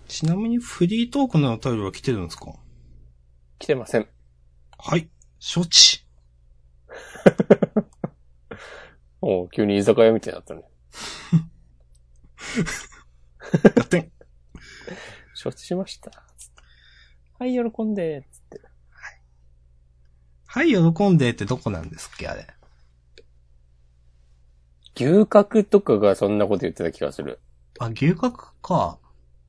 ちなみにフリートークのお便りは来てるんですか？ 来てません。 はい。承知。 おう、急に居酒屋みたいになったね。 ガテン。 承知しました。はい、喜んで、つって。 はい、喜んでってどこなんですっけ、あれ。 牛角とかがそんなこと言ってた気がする。 あ、牛角か。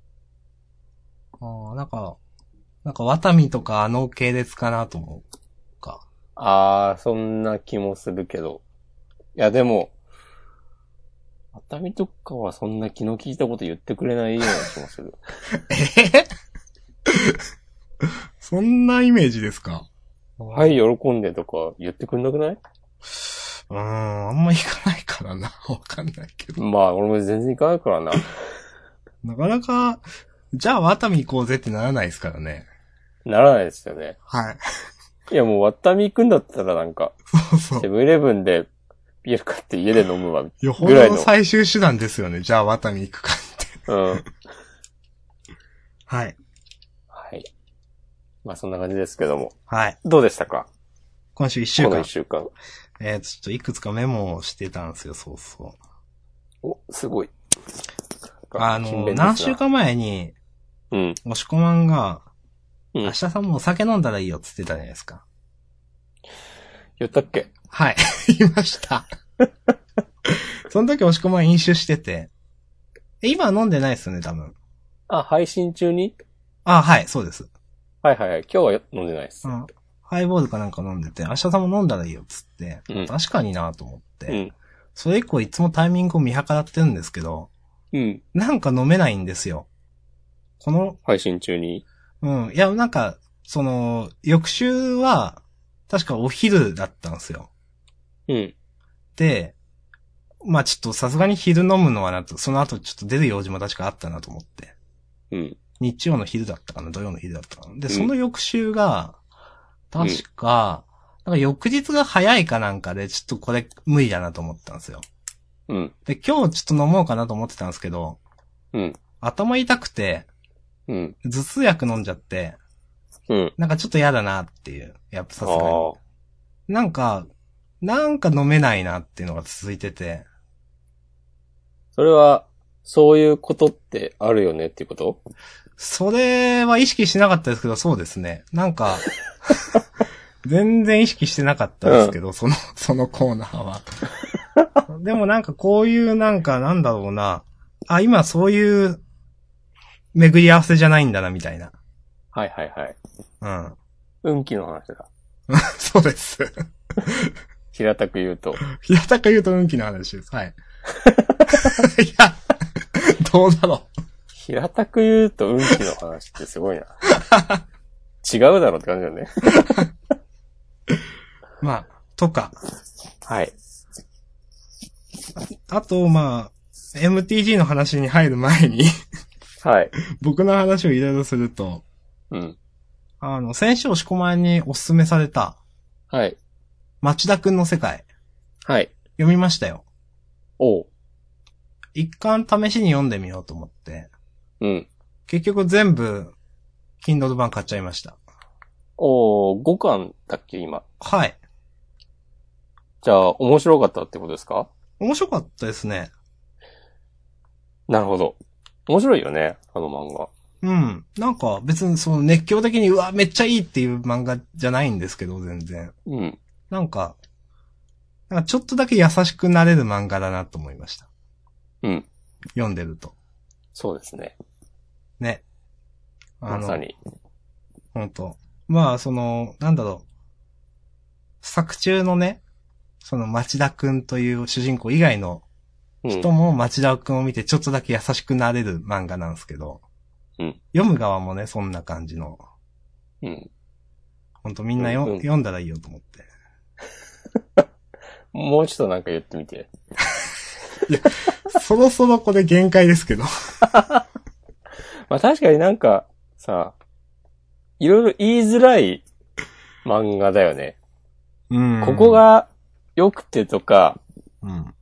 なんか、ワタミとかあの系列かなと思うか。 そんな気もするけど。いや、でも、熱海とかはそんな気の利いたこと言ってくれないような気もする。 そんなイメージですか？ はい、喜んでとか言ってくんなくない？ あんま行かないからな。わかんないけど。 まあ、俺も全然行かないからな。 なかなか、じゃあワタミ行こうぜってならないですからね。 ならないですよね。 はい。 いや、もうワッタミ行くんだったらなんか、 そう。 セブンイレブンでビール買って家で飲むわ。 よほぐらいの。 どの最終手段ですよね。じゃあワタミ行くかって。 うん。 はい。 はい。まあそんな感じですけども。 はい。 どうでしたか？ 今週1週間。 この1週間。 ちょっといくつかメモをしてたんですよ、そうそう。 お、すごい。 何週間前に、 うん。 押し込まんが、 うん。 明日さんもお酒飲んだらいいよって言ってたじゃないですか。 言ったっけ？ はい。言いました。その時押し込まん飲酒してて。今は飲んでないですよね、多分。 配信中に？ はい、そうです。 はいはいはい。今日は飲んでないです。 ハイボールかなんか飲んでて、明日さんも飲んだらいいよっつって、 うん、 確かになと思って、 うん、 それ以降いつもタイミングを見計らってるんですけど、 うん。 なんか飲めないんですよ。この、 配信中に？ いや、なんか、翌週は、確かお昼だったんですよ。 うん。 で、まあちょっとさすがに昼飲むのはなと、その後ちょっと出る用事も確かあったなと思って。 うん。 日曜の昼だったかな、土曜の昼だったかな。で、その翌週が、確か、なんか翌日が早いかなんかで、ちょっとこれ無理だなと思ったんですよ。 うん。 で、今日ちょっと飲もうかなと思ってたんですけど、 うん。 頭痛くて、 うん。 頭痛薬飲んじゃって、 うん。 なんかちょっと嫌だなっていう。やっぱさすがに。なんか飲めないなっていうのが続いてて。 それは、そういうことってあるよねっていうこと？ それは意識してなかったですけど、そうですね。なんか、全然意識してなかったですけど、そのコーナーは。でもなんかこういうなんかなんだろうな。今そういう巡り合わせじゃないんだな、みたいな。 はいはいはい。 うん。 運気の話だ。 そうです。 平たく言うと。 平たく言うと運気の話です。はい。いや、どうだろう。 平たく言うと運気の話ってすごいな。違うだろって感じだよね。 まあ、とか。 はい。 あと、まあ、MTG の話に入る前にはい。 僕の話をいろいろすると、 うん。 先週押し込まんにおすすめされた、 はい。 町田くんの世界。 はい。 読みましたよ。 おう。 一巻試しに読んでみようと思って。 うん。 結局全部、Kindle 版買っちゃいました。 5巻だっけ今。 はい。 じゃあ、面白かったってことですか？ 面白かったですね。 なるほど。面白いよね、あの漫画。 うん。なんか別にその熱狂的にめっちゃいいっていう漫画じゃないんですけど、全然。 うん。 なんかちょっとだけ優しくなれる漫画だなと思いました。 うん。 読んでると。 そうですね。 ね。 まさに。 ほんと。まあ、なんだろう。作中のね、その町田くんという主人公以外の人も町田くんを見てちょっとだけ優しくなれる漫画なんですけど、 うん。 読む側もね、そんな感じの。 うん。 ほんとみんな読んだらいいよと思って。 もうちょっとなんか言ってみて。 いや、そろそろこれ限界ですけど。 まあ確かになんか、さ、いろいろ言いづらい漫画だよね。ここが良くてとか、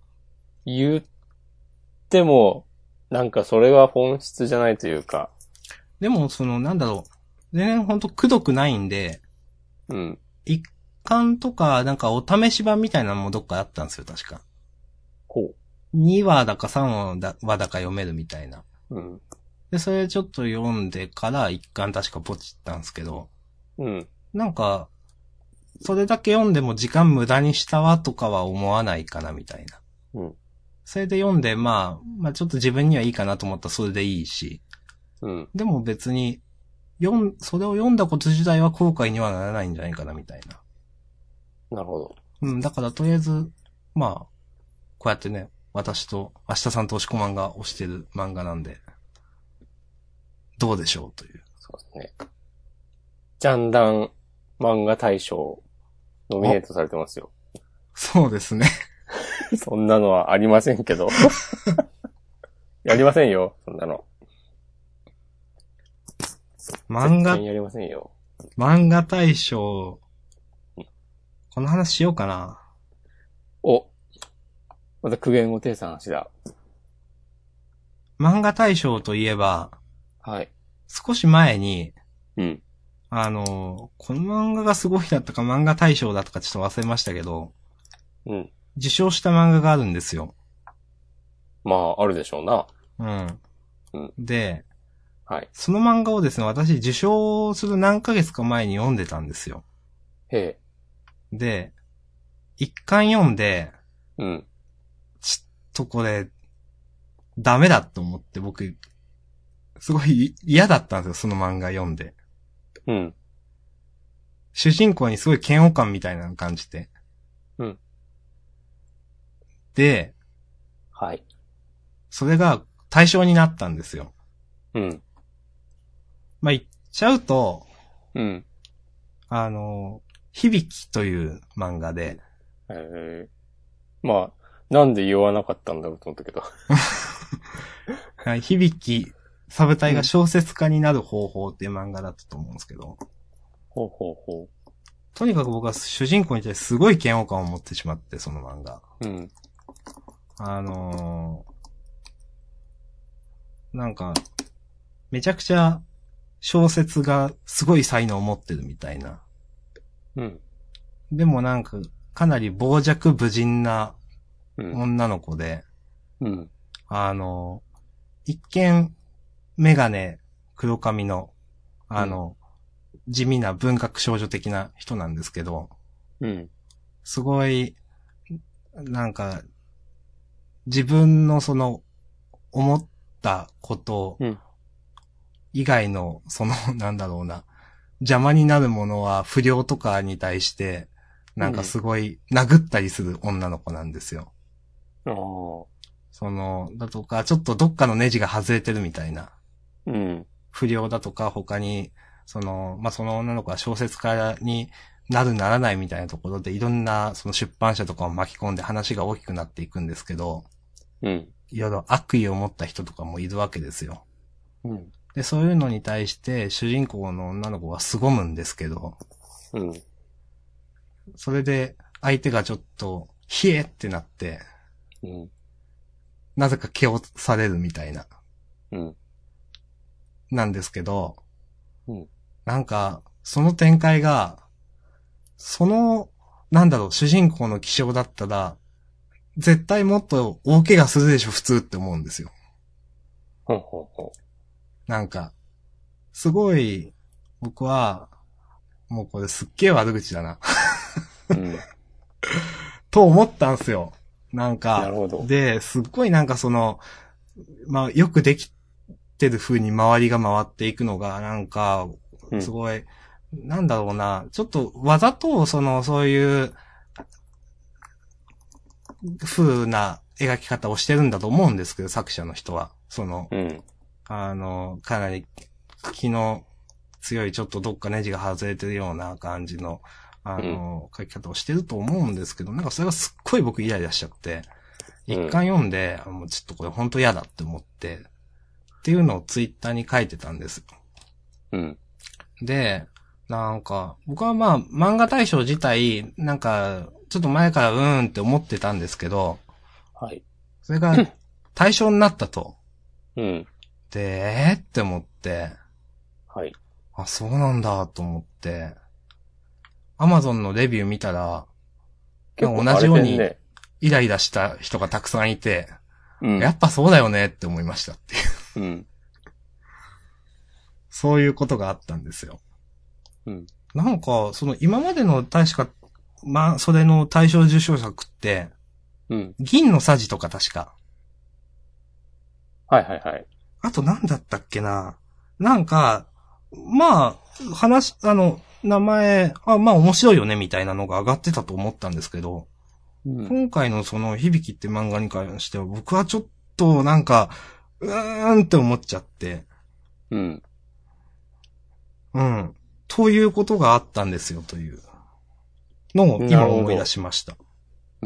言っても、なんかそれは本質じゃないというか。 でも、なんだろう。全然ほんとくどくないんで、 うん。 一巻とか、なんかお試し版みたいなのもどっかあったんですよ、確か。 ほう。 2話だか3話だか読めるみたいな。 うん。 で、それちょっと読んでから一巻確かポチったんですけど、 うん。 なんか、それだけ読んでも時間無駄にしたわとかは思わないかなみたいな。 うん。 それで読んで、まあちょっと自分にはいいかなと思ったらそれでいいし。 うん。 でも別に、それを読んだこと自体は後悔にはならないんじゃないかなみたいな。 なるほど。 うん、だからとりあえず、まあ、こうやってね、私と明日さんと押し込まんが推してる漫画なんで、どうでしょうという。 そうですね。ジャンダン漫画大賞ノミネートされてますよ。 そうですね。 そんなのはありませんけど。やりませんよ、そんなの。 漫画、 やりませんよ。 漫画大賞、この話しようかな。 お、また苦言を呈す話だ。 漫画大賞といえば、 はい。 少し前に、 うん。 この漫画がすごいだったか漫画大賞だったかちょっと忘れましたけど、 うん。 受賞した漫画があるんですよ。 まあ、あるでしょうな。 うん。 うん。 で、 はい。 その漫画をですね、私受賞する何ヶ月か前に読んでたんですよ。 へえ。 で、一巻読んで、 うん。 ちょっとこれ、ダメだと思って僕、すごい嫌だったんですよ、その漫画読んで。 うん。 主人公にすごい嫌悪感みたいなの感じて。 うん。 で、 はい。 それが対象になったんですよ。 うん。 まあ、言っちゃうと、 うん。 響きという漫画で。 まあ、なんで言わなかったんだろうと思ったけど。 はい、響き、サブタイが小説家になる方法っていう漫画だったと思うんですけど。 ほうほうほとにかく僕は主人公に対してすごい嫌悪感を持ってしまって、その漫画。 う。うん。 なんか、めちゃくちゃ小説がすごい才能を持ってるみたいな。 うん。 でもなんか、かなり傍若無人なうん。 女の子で、 うん。 一見、メガネ、黒髪の、地味な文学少女的な人なんですけど、 うん。 すごい、なんか、自分の思ったこと以外の、なんだろうな、邪魔になるものは不良とかに対して、なんかすごい殴ったりする女の子なんですよ。 ああ。 だとか、ちょっとどっかのネジが外れてるみたいな。 うん。 不良だとか、他に、その女の子は小説家になるならないみたいなところで、いろんな出版社とかを巻き込んで話が大きくなっていくんですけど、 うん。 いろいろ悪意を持った人とかもいるわけですよ。 うん。 で、そういうのに対して主人公の女の子は凄むんですけど、 うん。 それで相手がちょっと、冷えってなって、 うん。 なぜか蹴落されるみたいな、 うん。 なんですけど、 うん。 なんか、その展開が、なんだろう、主人公の気性だったら、絶対もっと大怪我するでしょ、普通って思うんですよ。 ほうほうほなんか、すごい、僕は、もうこれすっげえ悪口だな。 う。うん。 と思ったんすよ。なんか、 なるほど。 で、すっごいなんかまあ、よくできてる風に周りが回っていくのが、なんか、すごい、なんだろうな、ちょっとわざとそういう風な描き方をしてるんだと思うんですけど、作者の人は。 うん。 かなり気の強いちょっとどっかネジが外れてるような感じの、書き方をしてると思うんですけど、なんかそれがすっごい僕イライラしちゃって、一巻読んで、もうちょっとこれ本当嫌だって思って、っていうのをツイッターに書いてたんです。 うん。 で、なんか、僕はまあ、漫画大賞自体、なんか、ちょっと前からって思ってたんですけど、 はい。 それが対象になったと。 うん。 で、って思って、 はい。 あ、そうなんだと思って、アマゾンのレビュー見たら、 結構同じようにね。 イライラした人がたくさんいて、 うん。 やっぱそうだよねって思いましたっていう。 うん。 そういうことがあったんですよ。 うん。 なんか、その今までの確か、まあ、それの大賞受賞作って、 うん。 銀のさじとか確か。 はいはいはい。 あと何だったっけな。なんか、まあ、名前、まあ面白いよねみたいなのが上がってたと思ったんですけど、 うん。 今回のその響きって漫画に関しては僕はちょっとなんか、うーんって思っちゃって、 うん。 うん。ということがあったんですよというのをな今思い出るほど。 しました。 うん。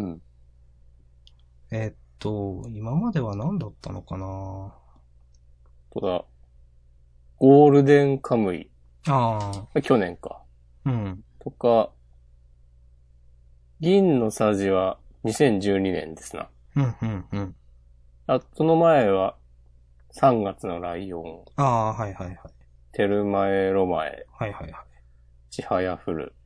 今までは何だったのかな。 とだ。ゴールデンカムイ。 ああ、 去年か。 うん。 とか、銀のさじは2012年ですな。 うん、うん、うん。 その前は3月のライオン、 ああ、はいはいはい。 テルマエロマエ、 はいはいはい。 ちはやふる、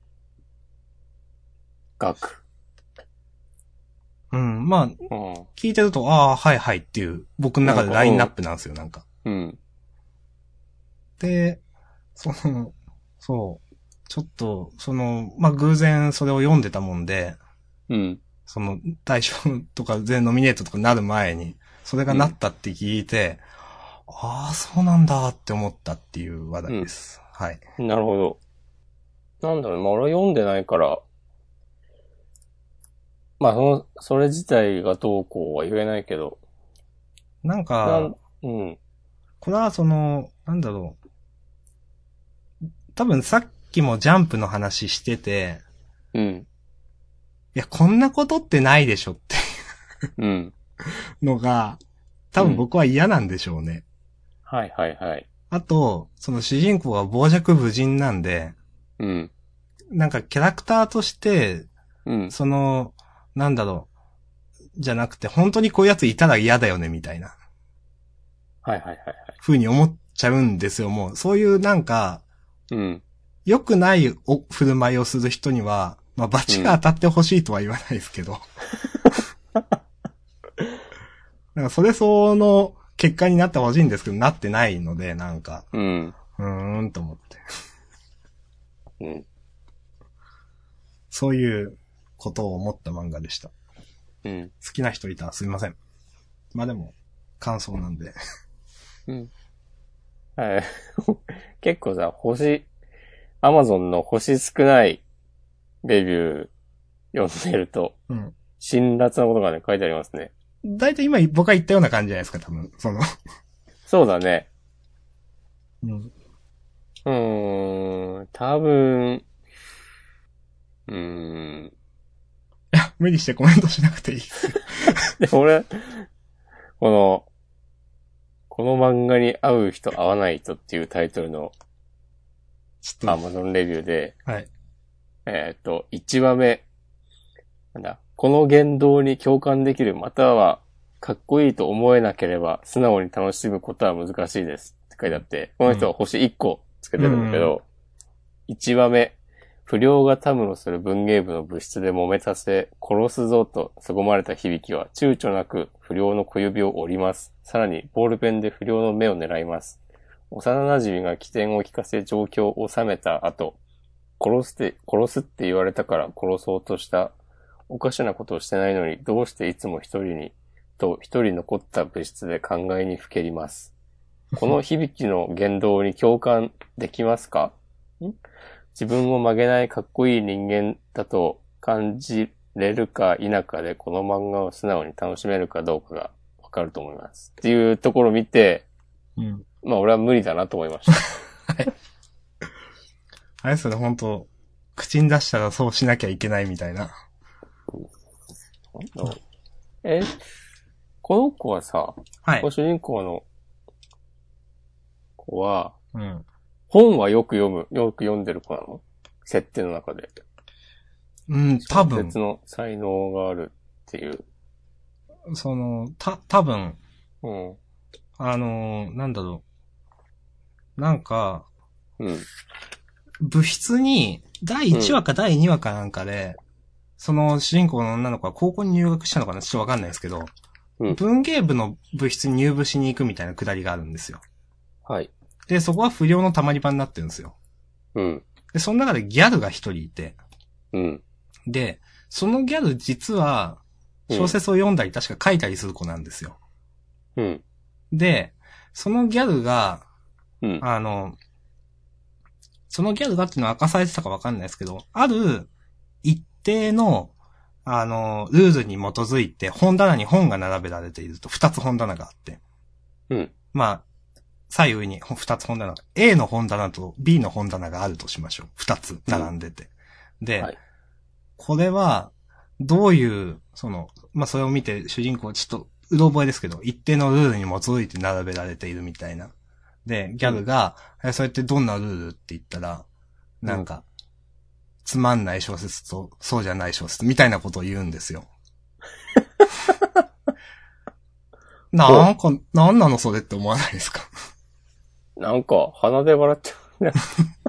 ガク。 うん、まあ、 うん。 聞いてると、ああ、はいはいっていう、僕の中でラインナップなんですよ、なんか。 うん。 で、そう、ちょっと、まあ、偶然それを読んでたもんで、 うん。 大賞とか全ノミネートとかなる前に、それがうん。 なったって聞いて、ああ、そうなんだって思ったっていう話題でうす。はい。 ん。なるほど。なんだろう、まあ俺は読んでないから、まあそれ自体がどうこうは言えないけど、 なんか、 うん。 これはなんだろう。多分さっきもジャンプの話してて、 うん。 いや、こんなことってないでしょってうん。 のが、多分うん。 僕は嫌なんでしょうね。 はいはいはい。 あと、その主人公は傍若無人なんで、 うん。 なんかキャラクターとして、 うん。 なんだろじゃなくて、本当にこういうやついたら嫌だよね、みたいな、 はいはいはいはい。 風に思っちゃうんですよ、もう。そういうなんか、 うん。 良くない振る舞いをする人には、まあ、罰がうん。 当たってほしいとは言わないですけど。なんかそれ相応の結果になってほしいんですけど、なってないので、なんか、 うん。 と思って。 うん。 そういうことを思った漫画でした。 うん。 好きな人いたらすみません。まあでも、感想なんで。 うん。はい。結構さ、アマゾンの星少ないレビュー読んでると、 うん。 辛辣なことがね、書いてありますね。 だいたい今僕が言ったような感じじゃないですか、多分。 そうだね。 うん。 多分、うーん。 いや、無理してコメントしなくていいですよ。 でも俺、この、この漫画に合う人合わない人っていうタイトルのちょっと、 アマゾンレビューで、 はい。 1話目、なんだ、この言動に共感できる、または、かっこいいと思えなければ、素直に楽しむことは難しいです。って書いてあって、この人は星1個つけてるんだけうん。 ど、1話目、不良がたむろする文芸部の部室で揉めたせ、殺すぞと凄まれた響きは、躊躇なく不良の小指を折ります。さらに、ボールペンで不良の目を狙います。幼馴染が起点を聞かせ状況を収めた後、殺すって言われたから殺そうとした。おかしなことをしてないのに、どうしていつも一人残った部室で考えにふけります。この響きの言動に共感できますか？自分を曲げないかっこいい人間だと感じれるか否かで、この漫画を素直に楽しめるかどうかがわかると思います。っていうところを見て、 うん。 まあ俺は無理だなと思いました。 はい。あれですよね、本当口に出したらそうしなきゃいけないみたいな。 なんだろう。この子はさ、 はい。 この主人公の子は、 うん。 本はよく読んでる子なの？設定の中で。 うん、多分、 小説の才能があるっていう。 多分、 うん。 なんだろう。なんか、 うん。 部室に、第1話か第2話かなんかで、その主人公の女の子は高校に入学したのかなちょっとわかんないですけど、 うん。 文芸部の部室に入部しに行くみたいなくだりがあるんですよ。 はい。 で、そこは不良の溜まり場になってるんですよ。 うん。 で、その中でギャルが一人いて、 うん。 で、そのギャル実は、小説を読んだり確か書いたりする子なんですよ。 うん。 で、そのギャルが、 うん。 そのギャルがっていうのは明かされてたかわかんないですけど、ある一定の、ルールに基づいて本棚に本が並べられていると、二つ本棚があって。 うん。 まあ、左右に二つ本棚。A の本棚と B の本棚があるとしましょう。二つ並んでて。で、 はい。 これは、どういう、まあ、それを見て主人公はちょっと、うろ覚えですけど、一定のルールに基づいて並べられているみたいな。で、ギャルが、それってどんなルールって言ったら、なんか、つまんない小説と、そうじゃない小説みたいなことを言うんですよ。なんなのそれって思わないですか？ なんか、鼻で笑っちゃうね。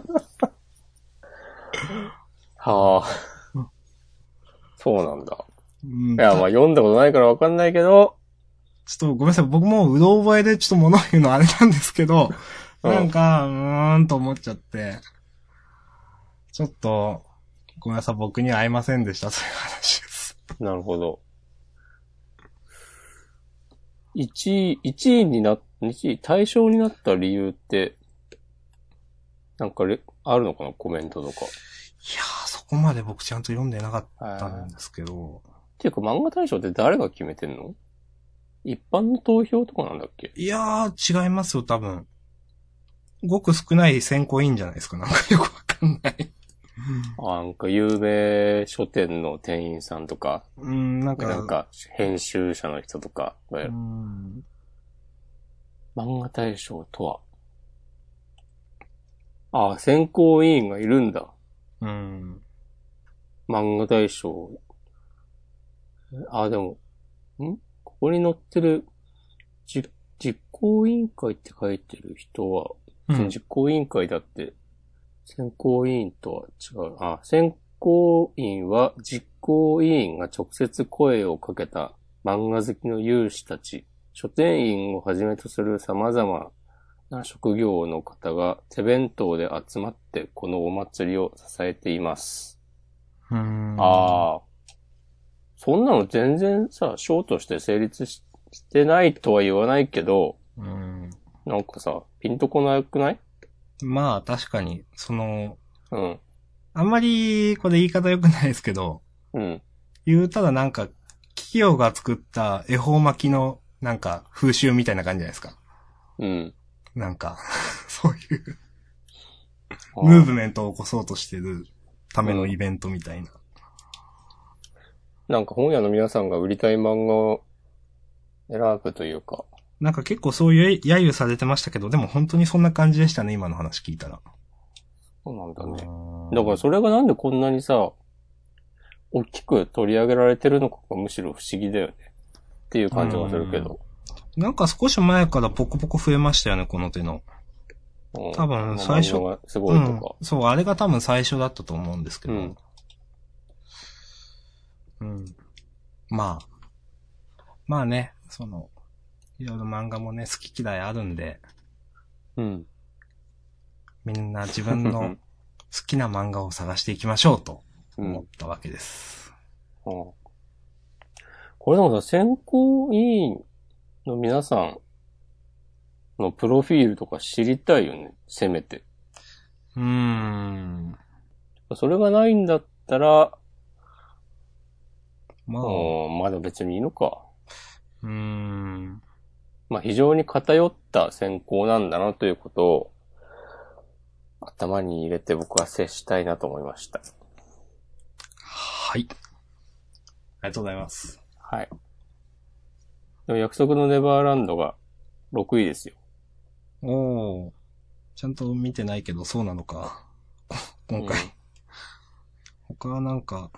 はあ。そうなんだ。 うん、 いや、まあ読んだことないからわかんないけど、 ちょっとごめんなさい。僕もうろ覚えでちょっと物を言うのあれなんですけど、 うん、 なんか、と思っちゃって、ちょっと、ごめんなさい。僕には合いませんでした。そういう話です。 なるほど。1位になっ、1位、対象になった理由って、なんかあるのかなコメントとか。 いやー、そこまで僕ちゃんと読んでなかったんですけど。 っていうか漫画大賞って誰が決めてんの？一般の投票とかなんだっけ？ いやー、違いますよ、多分。ごく少ない選考委員じゃないですか。なんかよくわかんない。 なんか有名書店の店員さんとか、 なんか編集者の人とか、漫画大賞とは、選考委員がいるんだ。漫画大賞。でも、ここに載ってる、実行委員会って書いてる人は、実行委員会だって、選考委員とは違う。選考委員は実行委員が直接声をかけた漫画好きの有志たち、書店員をはじめとする様々な職業の方が手弁当で集まってこのお祭りを支えています。そんなの全然さ、賞として成立してないとは言わないけど、なんかさ、ピンとこなくない？ まあ、確かに、 あんまり、これ言い方良くないですけど、言うたらなんか、企業が作った恵方巻きの、なんか、風習みたいな感じじゃないですか。なんか、そういうムーブメントを起こそうとしてるためのイベントみたいな。 なんか本屋の皆さんが売りたい漫画を選ぶというか。 なんか結構そういう揶揄されてましたけど、でも本当にそんな感じでしたね、今の話聞いたら。 そうなんだね。だからそれがなんでこんなにさ、大きく取り上げられてるのかがむしろ不思議だよね。っていう感じがするけど。 なんか少し前からポコポコ増えましたよね、この手の。多分最初。 がすごいとか、 そう、あれが多分最初だったと思うんですけど。まあね、いろいろ漫画もね、好き嫌いあるんで。みんな自分の好きな漫画を探していきましょうと思ったわけです。 これでもさ、選考委員の皆さんのプロフィールとか知りたいよね、せめて。それがないんだったら、まだ別にいいのか。まあ非常に偏った選考なんだなということを頭に入れて僕は接したいなと思いました。 はい。ありがとうございます。 はい。でも約束のネバーランドが6位ですよ。 おー。ちゃんと見てないけどそうなのか。今回。他はなんか、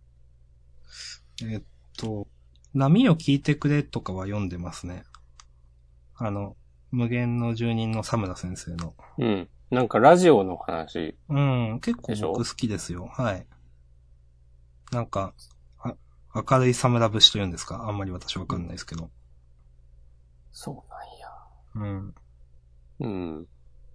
波を聞いてくれとかは読んでますね。無限の住人の佐村先生の。 なんかラジオの話。 うん、結構でしょ僕好きですよ。はい。なんか、明るいサムラ節というんですか？あんまり私わかんないですけど。 そうなんや。 うん。 うん。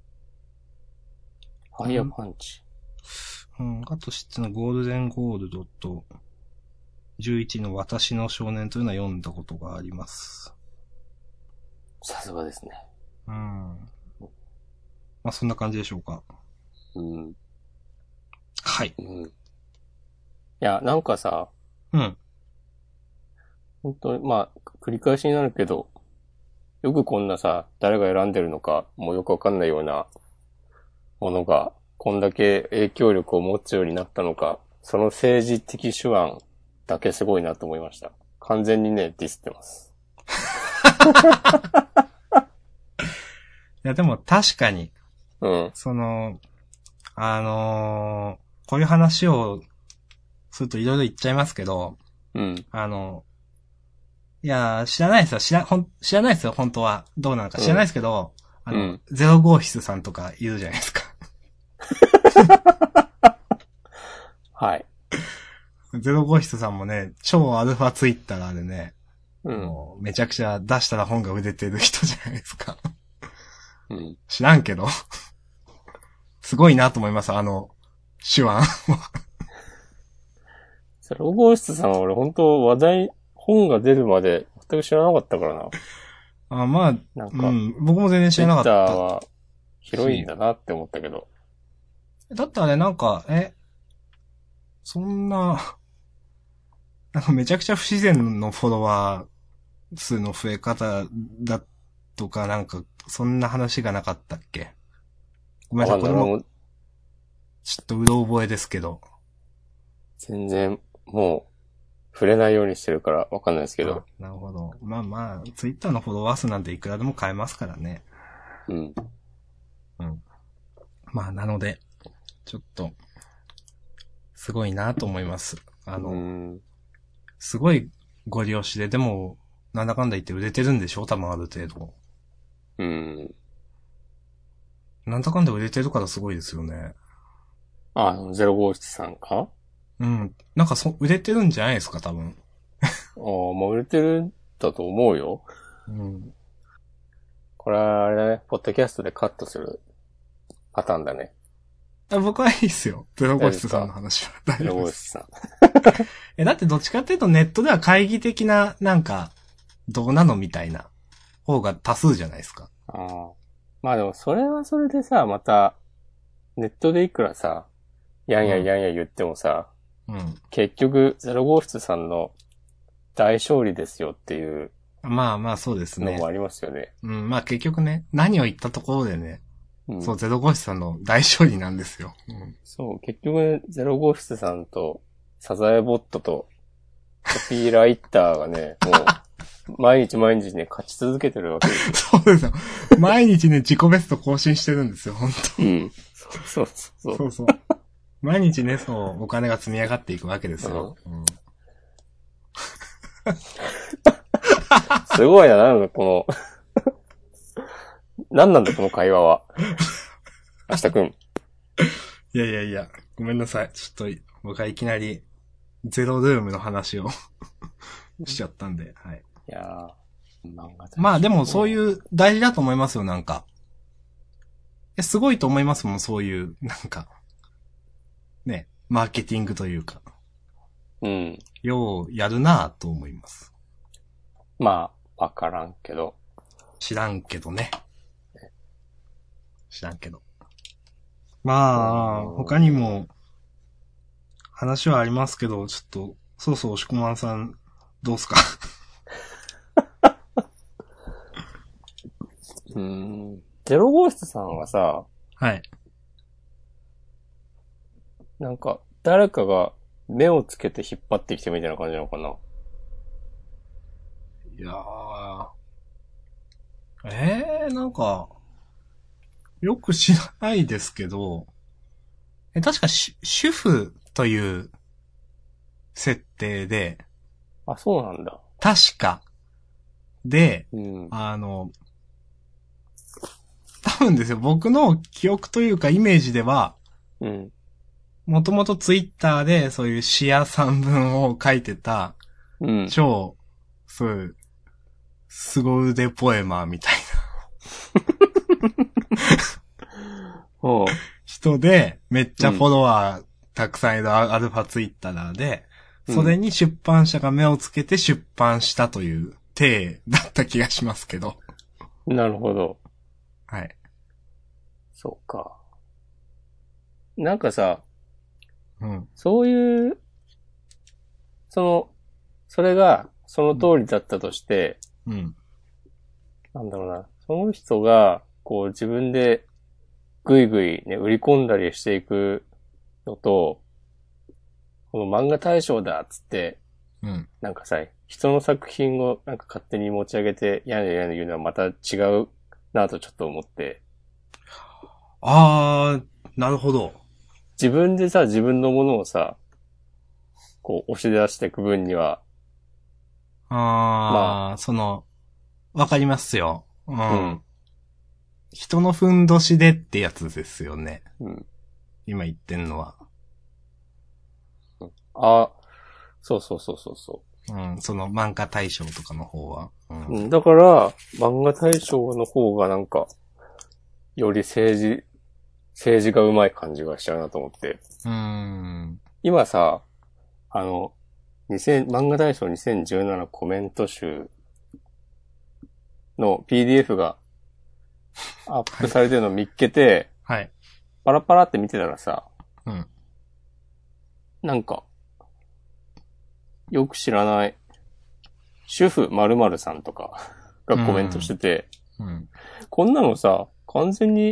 ファイヤーパンチ。 うん。あと知ってのゴールデンゴールドと、11の私の少年というのは読んだことがあります。 さすがですね。 うん。まあそんな感じでしょうか。 うん。 はい。 うん。いや、なんかさ、 うん。 本当に、まあ、繰り返しになるけど、よくこんなさ、誰が選んでるのか、もうよくわかんないようなものが、こんだけ影響力を持つようになったのか、その政治的手腕だけすごいなと思いました。完全にね、ディスってます。 いやでも確かに、 うん。 その、こういう話をするといろいろ言っちゃいますけど、 うん。 いや、知らないですよ。知らないですよ、本当は。どうなのか知らないですけど、 うん。 ゼロ号室さんとかいるじゃないですか。 はい。 ゼロ号室さんもね、超アルファツイッターでね、 うん。 もうめちゃくちゃ出したら本が売れてる人じゃないですか。 うん。 知らんけど。すごいなと思います、手腕。 それ、ロゴ室さんは俺本当話題、本が出るまで全く知らなかったからな。 あ、まあ、 なんか、 うん、僕も全然知ツイッターらなかったは広いんし。 だなって思ったけど。 だったらね、なんか、そんな、なんかめちゃくちゃ不自然のフォロワー数の増え方だとか、なんか、そんな話がなかったっけ？ごめんなさい、 わかんない。 これも、 俺もちょっとうろ覚えですけど。 全然、もう、触れないようにしてるからわかんないですけあ、 ど。 なるほど。まあまあ、ツイッターのフォロワー数なんていくらでも買えますからね。 うん。 うん。まあ、なので、ちょっと、すごいなと思います。 うん。 すごいご利用しで、でも、なんだかんだ言って売れてるんでしょ？多分ある程度。 うん。 なんだかんだ売れてるからすごいですよね。 あ、057さんか？ うん。なんか売れてるんじゃないですか、多分。 ああ、まあ売れてるんだと思うよ。 うん。 これはあれだね、ポッドキャストでカットするパターンだね。 僕はいいっすよ。ゼロ号室さんの大丈夫ですか？ 話は。大丈夫です。 057さん。 だってどっちかっていうとネットでは会議的な、なんか、どうなのみたいな方が多数じゃないですか。 ああ。まあでもそれはそれでさ、また、ネットでいくらさ、やんややんや言ってもさ、 うん。 結局、ゼロ号室さんの大勝利ですよっていうまあまあそうですね。 のもありますよね。 うん、まあ結局ね、何を言ったところでね、 うん。 そう、ゼロ号室さんの大勝利なんですよ。うん。 そう、結局、ゼロ号室さんと、サザエボットと、コピーライターがね、もう、毎日毎日ね、勝ち続けてるわけですよ。 そうですよ。毎日ね、自己ベスト更新してるんですよ、本うん。そうそう当。そう。毎日ね、そう、お金が積み上がっていくわけですよ。うん。 すごいな、なんだこの、なんなんだこの会話は。明日くん。 いや、ごめんなさい。ちょっと、僕はいきなり、ゼロルームの話をしちゃったんで、はい。 いやー、漫画まあでもそういう。 う、大事だと思いますよ、なんか。すごいと思いますもん、そういう、なんか、ね、マーケティングというか。 うん。 ようやるなぁと思います。 まあ、わからんけど。 知らんけどね。知らんけど。まあ、他にも、話はありますけど、ちょっと、そうそう、押しこまんさん、どうすか？ ゼロ号室さんはさ、 はい。 なんか、誰かが目をつけて引っ張ってきてみたいな感じなのかな？ いやなんか、よく知らないですけど、確か主婦という設定で、 あ、そうなんだ。 確か、で、 うん。 あの、 多分ですよ、僕の記憶というかイメージでは、 うん。 もともとツイッターでそういう詩や散文を書いてた、 うん。 超、そういう、凄腕ポエマーみたいなほ人で、めっちゃフォロワーたくさんいるアルファツイッターで、それに出版社が目をつけて出版したという体だった気がしますけど。 う。なるほど。 はい。 そうか。なんかさ、 うん。 そういう、それがその通りだったとして、 うん。 なんだろうな。その人が、こう自分でぐいぐいね、売り込んだりしていくのと、この漫画大賞だっつって、 うん。 なんかさ、人の作品をなんか勝手に持ち上げて、やねやね言うのはまた違うなとちょっと思って。 なるほど。 自分でさ、自分のものをさ、こう押し出していく分には、まわかりますよ。うあ、うん。 ん、 人のふんどしでってやつですよね。 うん。 今言ってんのは。 あ、そうそうそうそうそうん。その漫画大賞とかの方は。うう。うん。 ん、だから、漫画大賞の方がなんか、より政治がうまい感じがしちゃうなと思って。今さ、あの、漫画大賞2017コメント集の PDF がアップされてるのを見っけて、 はい。 パラパラって見てたらさ、 うん。 なんか、よく知らない、主婦〇〇さんとかがコメントしてて、 うん。 こんなのさ、完全に、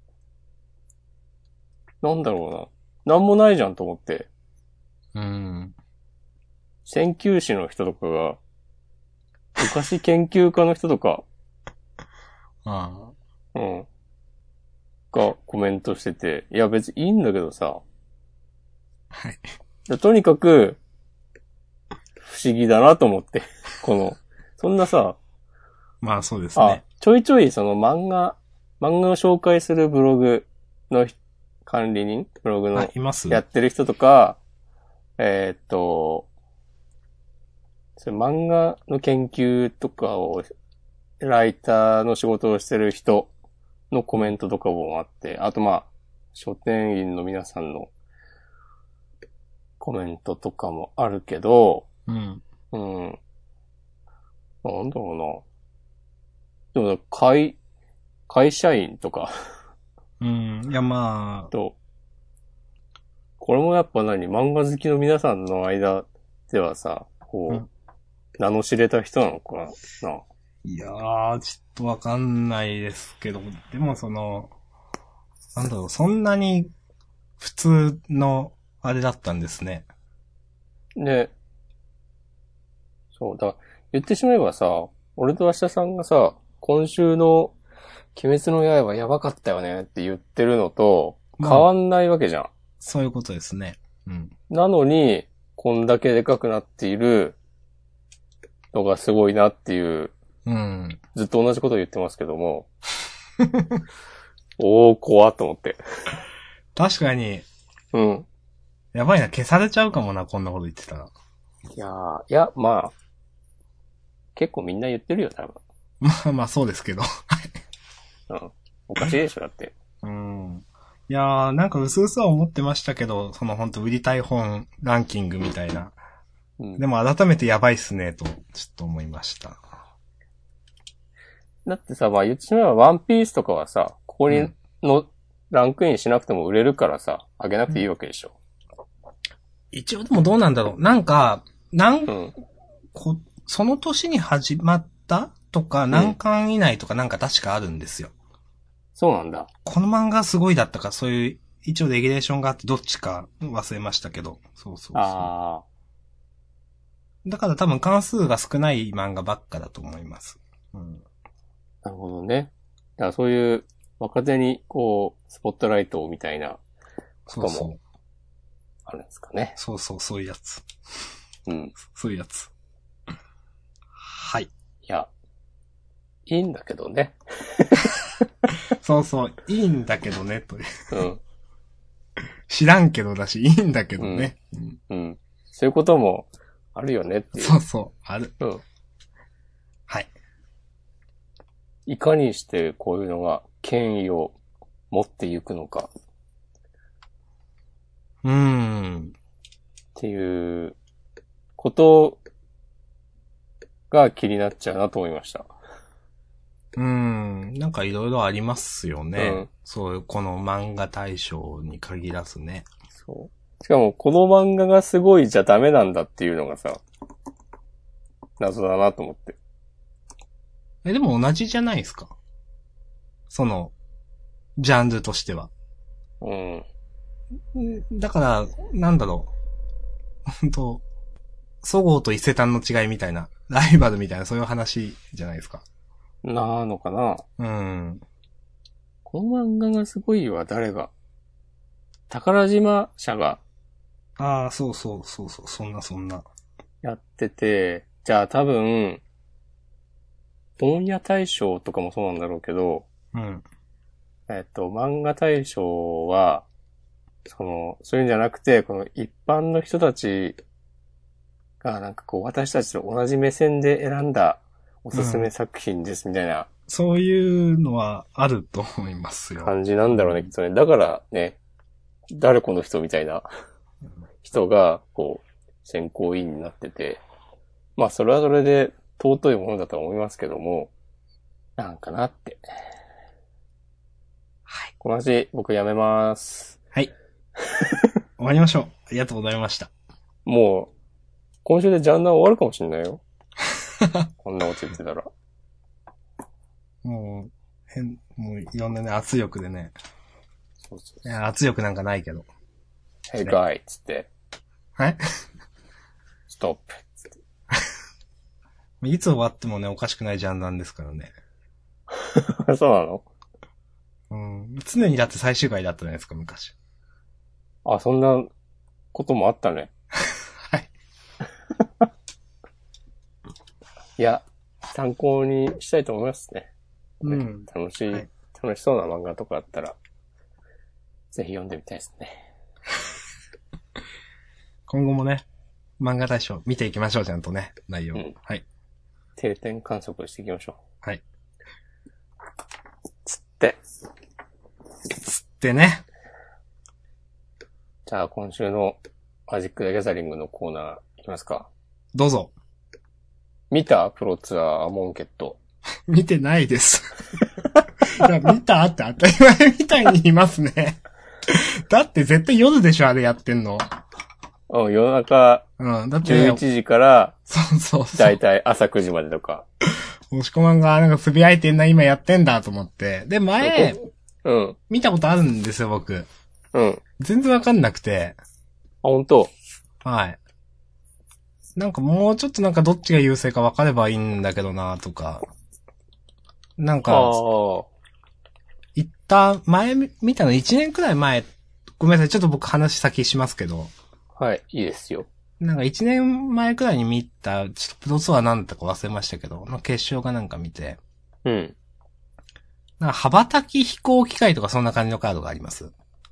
なんだろうな、なんもないじゃんと思って、 うん。 鍼灸師の人とかが、昔研究家の人とか、 あうん、がコメントしてて、いや別にいいんだけどさ、 はい。 とにかく、不思議だなと思って、そんなさ、 まあそうですね。 ちょいちょいその漫画を紹介するブログの管理人ブログのいますやってる人とか、それ漫画の研究とかを、ライターの仕事をしてる人のコメントとかもあって、あとまあ、書店員の皆さんのコメントとかもあるけど、 うん。 うん。なんだろうな。でも、会社員とかうん。いやまあ、 と、これもやっぱ漫画好きの皆さんの間ではさ、こう、名の知れた人なのかな。 いやー、ちょっとわかんないですけど、でもなんだろう、そんなに普通のあれだったんですね。 で、そう、言ってしまえばさ、俺と明日さんがさ、今週の鬼滅の刃やばかったよねって言ってるのと変まあ、 わんないわけじゃん。 そういうことですね。うん。 なのに、こんだけでかくなっているのがすごいなっていう、 うん。 ずっと同じことを言ってますけども、怖っと思って。 確かに、 うん。 やばいな、消されちゃうかもな、こんなこと言ってたら。 いや、まあ、結構みんな言ってるよ、多分。 まあまあ、そうですけど。 うん。おかしいでしょ、だって。 うん。いやー、なんか薄々は思ってましたけど、ほんと売りたい本ランキングみたいな。 うん。 でも改めてやばいっすね、と、ちょっと思いました。 だってさ、まあ言ってしまえばワンピースとかはさ、ここにの、ランクインしなくても売れるからさ、あげなくていいわけでしょ。 一応でもどうなんだろう。なんか、 うん。 その年に始まったとか、何巻以内とかなんか確かあるんですよ。 そうなんだ。 この漫画すごいだったか、そういう、一応レギュレーションがあってどっちか忘れましたけど。そうそうそう。 あだから多分関数が少ない漫画ばっかだと思います。うん。 なるほどね。だからそういう若手にこう、スポットライトみたいなこともあるんですかね。 そうそう、そういうやつ。 うん。 そういうやつ。はい。 いや、いいんだけどね。 そうそう、いいんだけどね、という。 うん。 知らんけどだし、いいんだけどね。 うん。そういうこともあるよねっていう。 そうそう、ある。 うん。 はい。 いかにしてこういうのが権威を持っていくのかっていうことが気になっちゃうなと思いました。 なんかいろいろありますよね。 うん。 そういう、この漫画大賞に限らずね。 そう。しかもこの漫画がすごいじゃダメなんだっていうのがさ、謎だなと思って。 でも同じじゃないですか。その、ジャンルとしては。 うん。 だから、なんだろう。本当そごうと伊勢丹の違いみたいな、ライバルみたいな、そういう話じゃないですか。 なのかな。この漫画がすごいは誰が宝島社がああ、そうそうそうそう、そんな。 やってて、じゃあ多分、本屋大賞とかもそうなんだろうけど、 うん。 漫画大賞は、そういうんじゃなくて、この一般の人たちがなんかこう私たちと同じ目線で選んだおすすめ作品ですみたいなそういうのはあると思いますよ。 感じなんだろうね、きっとね。だからね、誰この人みたいな人が、こう、選考委員になってて、まあそれはそれで尊いものだと思いますけども、なんかなって。はい。この話、僕やめます。 はい。終わりましょう。ありがとうございました。 もう、今週でジャンダン終わるかもしれないよ。こんなこと言ってたら。 もういろんなね、圧力でね。 そうそうそう。 いや、圧力なんかないけど。 Hey guy! つって。 はい Stop! つって。 いつ終わってもね、おかしくないジャンルなんですからね。 そうなの？ 常にだって最終回だったじゃないですか、昔。 あ、そんなこともあったね。 はい。 いや、参考にしたいと思いますね。楽しそうな漫画とかあったら、ぜひ読んでみたいですね。 今後もね、漫画大賞見ていきましょう、ちゃんとね、内容。はい。 定点観測していきましょう。 はい。 つってね。 じゃあ今週のマジック・ザ・ギャザリングのコーナーいきますか。 どうぞ。 見た？プロツアーアモンケット。 見てないです。いや、見たって当たり前みたいに言いますね。だって絶対夜でしょ、あれやってんの。 うん、夜中、 だって 11時から、 そう。 だいたい朝9時までとか。 押し込まんがなんかつぶやいてんな、今やってんだと思って。で、前、見たことあるんですよ、僕。全然わかんなくて。 あ、本当？ はい。なんかもうちょっとなんかどっちが優勢か分かればいいんだけどなとか。なんか、前見たの1年くらい前、ごめんなさい、ちょっと僕話先しますけど。 はい、いいですよ。 なんか1年前くらいに見た、ちょっとプロツアーなんだったか忘れましたけど、決勝かなんか見て。なんか羽ばたき飛行機械とかそんな感じのカードがあります？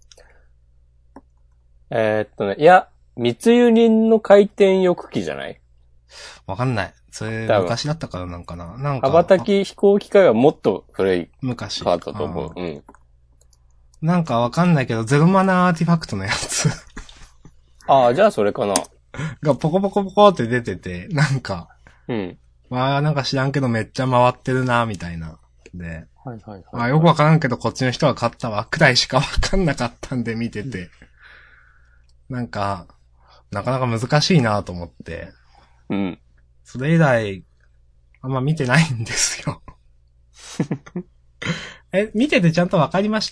いや、密輸人の回転翼機じゃない？ わかんない。それ、昔だったからなんかな。なんか。 羽ばたき飛行機械はもっと古いカ昔。 ードだと思う。 なんかわかんないけど、ゼロマナーアーティファクトのやつ。 ああ、じゃあそれかな。 がポコポコポコって出てて、なんか。なんか知らんけどめっちゃ回ってるな、みたいな。で。よくわからんけどこっちの人が勝ったわ、くらいしかわかんなかったんで見てて。なんか、なかなか難しいなと思って。それ以来、あんま見てないんですよ。見ててちゃんとわかりました？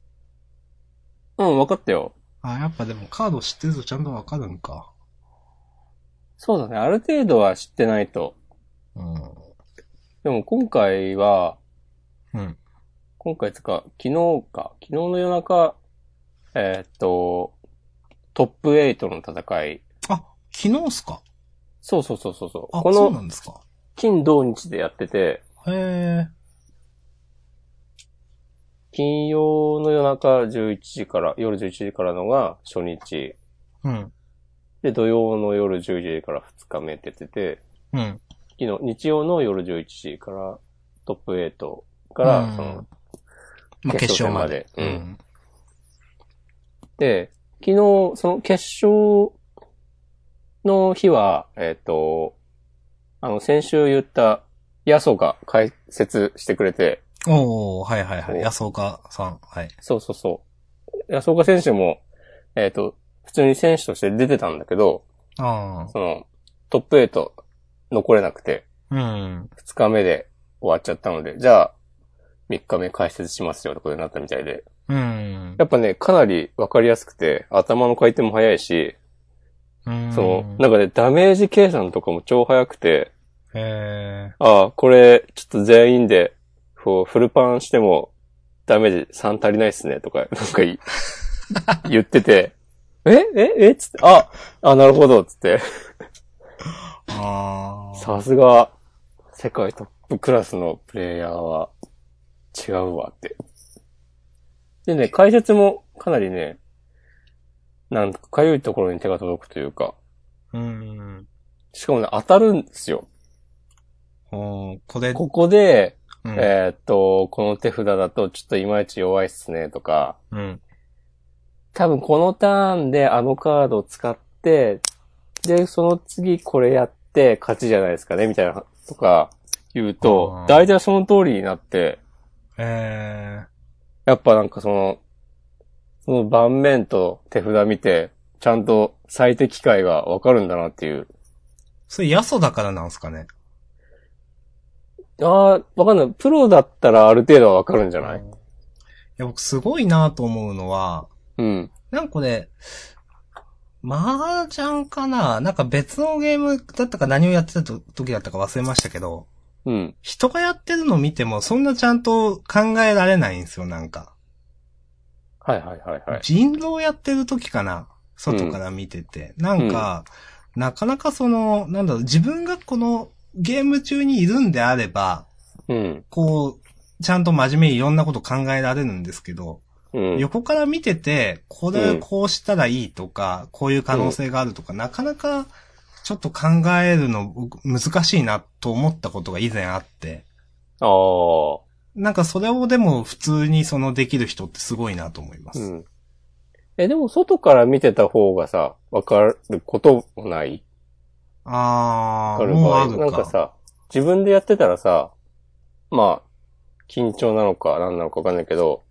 わかったよ。 やっぱでもカード知ってるとちゃんとわかるんか。 そうだね。ある程度は知ってないと。でも今回は、今回つか、昨日の夜中、トップ8の戦い。 あ、昨日っすか？ そう。 そうなんですか。 金土日でやってて。 へー。 金曜の夜中11時から、夜11時からのが初日。 うん。 で、土曜の夜11時から2日目って言ってて、 うん。 日曜の夜11時からトップ8から、 まあ、決勝まで。 うん。 で、昨日、その決勝の日は、先週言った、ヤソが解説してくれて。 はいはいはい。安岡さん。はい。 そうそうそう。安岡選手も、普通に選手として出てたんだけど、トップ8残れなくて、2日目で終わっちゃったので、じゃあ、3日目解説しますよってことになったみたいで。やっぱね、かなりわかりやすくて、頭の回転も早いし、なんかね、ダメージ計算とかも超早くて、これ、ちょっと全員で、フルパンしても、ダメージ3足りないっすね、とか、なんか言ってて、つって、なるほど、つって。さすが、世界トップクラスのプレイヤーは、違うわって。でね、解説もかなりね、なんかかゆいところに手が届くというか。しかもね、当たるんですよ。ここで、この手札だとちょっといまいち弱いっすねとか、多分このターンであのカードを使って、で、その次これやって勝ちじゃないですかねみたいなとか言うと、大体その通りになって、やっぱなんかその盤面と手札見て、ちゃんと最適解がわかるんだなっていう。 それ、ヤソだからなんすかね。 わかんない。プロだったらある程度はわかるんじゃない？いや、僕すごいなと思うのは、なんかこれ、麻雀かな？なんか別のゲームだったか何をやってた時だったか忘れましたけど、人がやってるの見てもそんなちゃんと考えられないんですよ、なんか。 はいはいはいはい。 人狼やってる時かな？外から見てて。なんか、なかなか自分がこのゲーム中にいるんであれば、こう、ちゃんと真面目にいろんなこと考えられるんですけど、横から見てて、これこうしたらいいとか、こういう可能性があるとか、なかなかちょっと考えるの難しいなと思ったことが以前あって。なんかそれをでも普通にできる人ってすごいなと思います。 でも外から見てた方がさ、わかることもない？ もうあるか。 なんかさ、自分でやってたらさ、まあ、緊張なのか何なのかわかんないけど、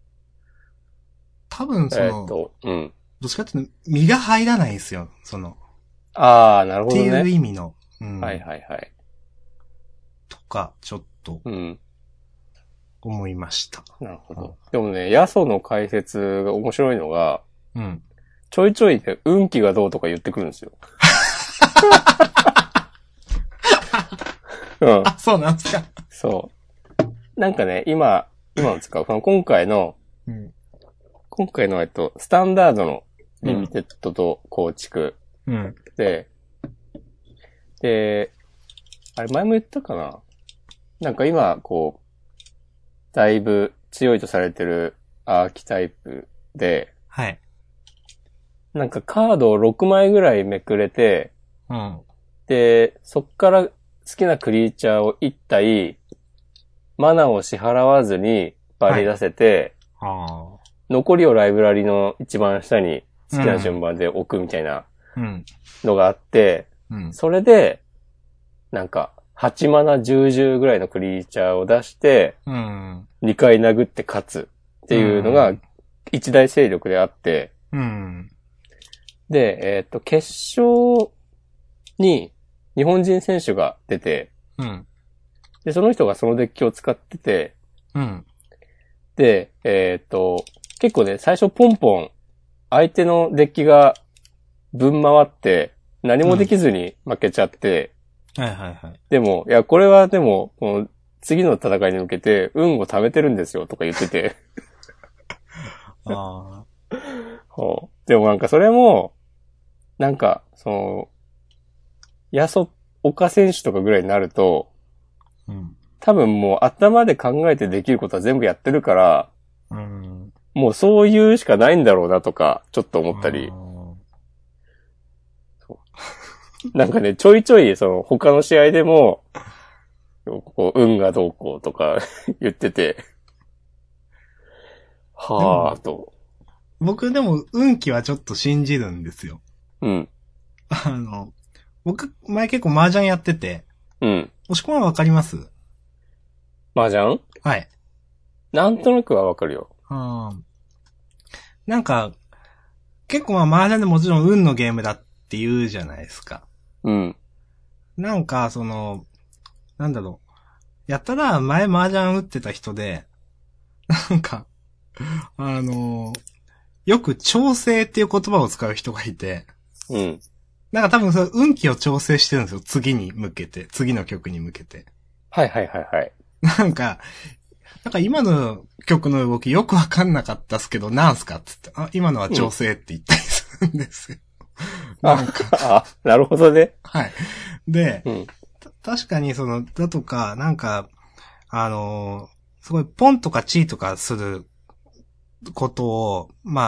多分どっちかっていうと身が入らないんですよ、 なるほどね。 っていう意味の。 はいはいはい。 とか、ちょっと。思いました。 なるほど。でもね、ヤソの解説が面白いのが、ちょいちょいね、運気がどうとか言ってくるんですよ。 そうなんですか。 そう。なんかね、今の使う、今回の、スタンダードのリミテッドと構築。で、あれ前も言ったかな？なんか今、だいぶ強いとされてるアーキタイプで、なんかカードを6枚ぐらいめくれて、で、そっから好きなクリーチャーを1体、マナを支払わずに場に出せて、残りをライブラリの一番下に好きな順番で置くみたいなのがあって、それで、なんか、8マナ10ぐらいのクリーチャーを出して、2回殴って勝つっていうのが一大勢力であって、で、決勝に日本人選手が出て、で、その人がそのデッキを使ってて、で、結構ね、最初ポンポン相手のデッキが分回って何もできずに負けちゃって、でも、いや、これはでも、この次の戦いに向けて運を貯めてるんですよとか言ってて。でもなんかそれも、なんか、岡選手とかぐらいになると、多分もう頭で考えてできることは全部やってるから、 うん。 もうそういうしかないんだろうなとか、ちょっと思ったり。なんかね、ちょいちょい、その、他の試合でも、こう、運がどうこうとか言ってて、 でも、 はぁと。 僕でも運気はちょっと信じるんですよ。 うん。 あの、僕、前結構麻雀やってて、 うん。 押し込まんわかります？ 麻雀はい。 なんとなくはわかるよ。 なんか、結構麻雀でもちろん運のゲームだって言うじゃないですか。 うん。 なんか、なんだろう。やったら前麻雀打ってた人で、なんか、あの、よく調整っていう言葉を使う人がいて、 うん。 なんか多分その運気を調整してるんですよ。次に向けて。次の曲に向けて。 はいはいはいはい。 なんか、今の曲の動きよくわかんなかったっすけど、なんすかっつって、あ、今のは調整って言ったりするんですよ。なんか、 なるほどね。 はい。で、 うん。 確かにだとか、なんか、すごいポンとかチーとかすることを、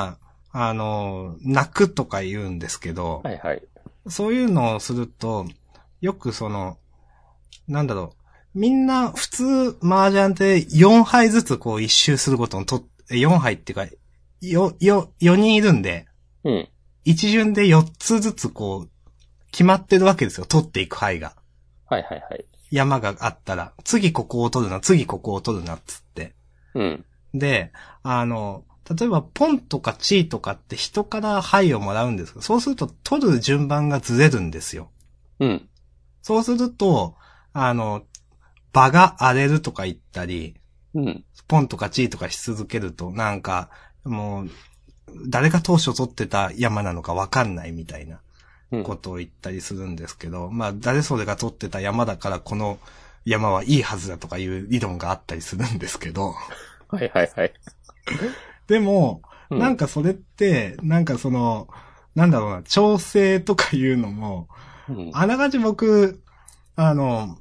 泣くとか言うんですけど、 はいはい。 そういうのをすると、よくなんだろう、みんな普通麻雀って4杯ずつこう一周することの4杯っていうか、4人いるんで、 うん。 一巡で4つずつこう、決まってるわけですよ、取っていく牌が。 はいはいはい。 山があったら、次ここを取るな、次ここを取るな、っつって。 うん。 で、例えばポンとかチーとかって人から牌をもらうんですけど、そうすると取る順番がずれるんですよ。 うん。 そうすると、場が荒れるとか言ったり、 うん。 ポンとかチーとかし続けると、なんか、もう、誰が当初取ってた山なのかわかんないみたいなうん。 ことを言ったりするんですけど、まあ、誰それが取ってた山だからこの山はいいはずだとかいう理論があったりするんですけど、 はいはいはい。 でも、 うん。 なんかそれって、なんだろうな、調整とかいうのも、 うん。 あながち僕、あの、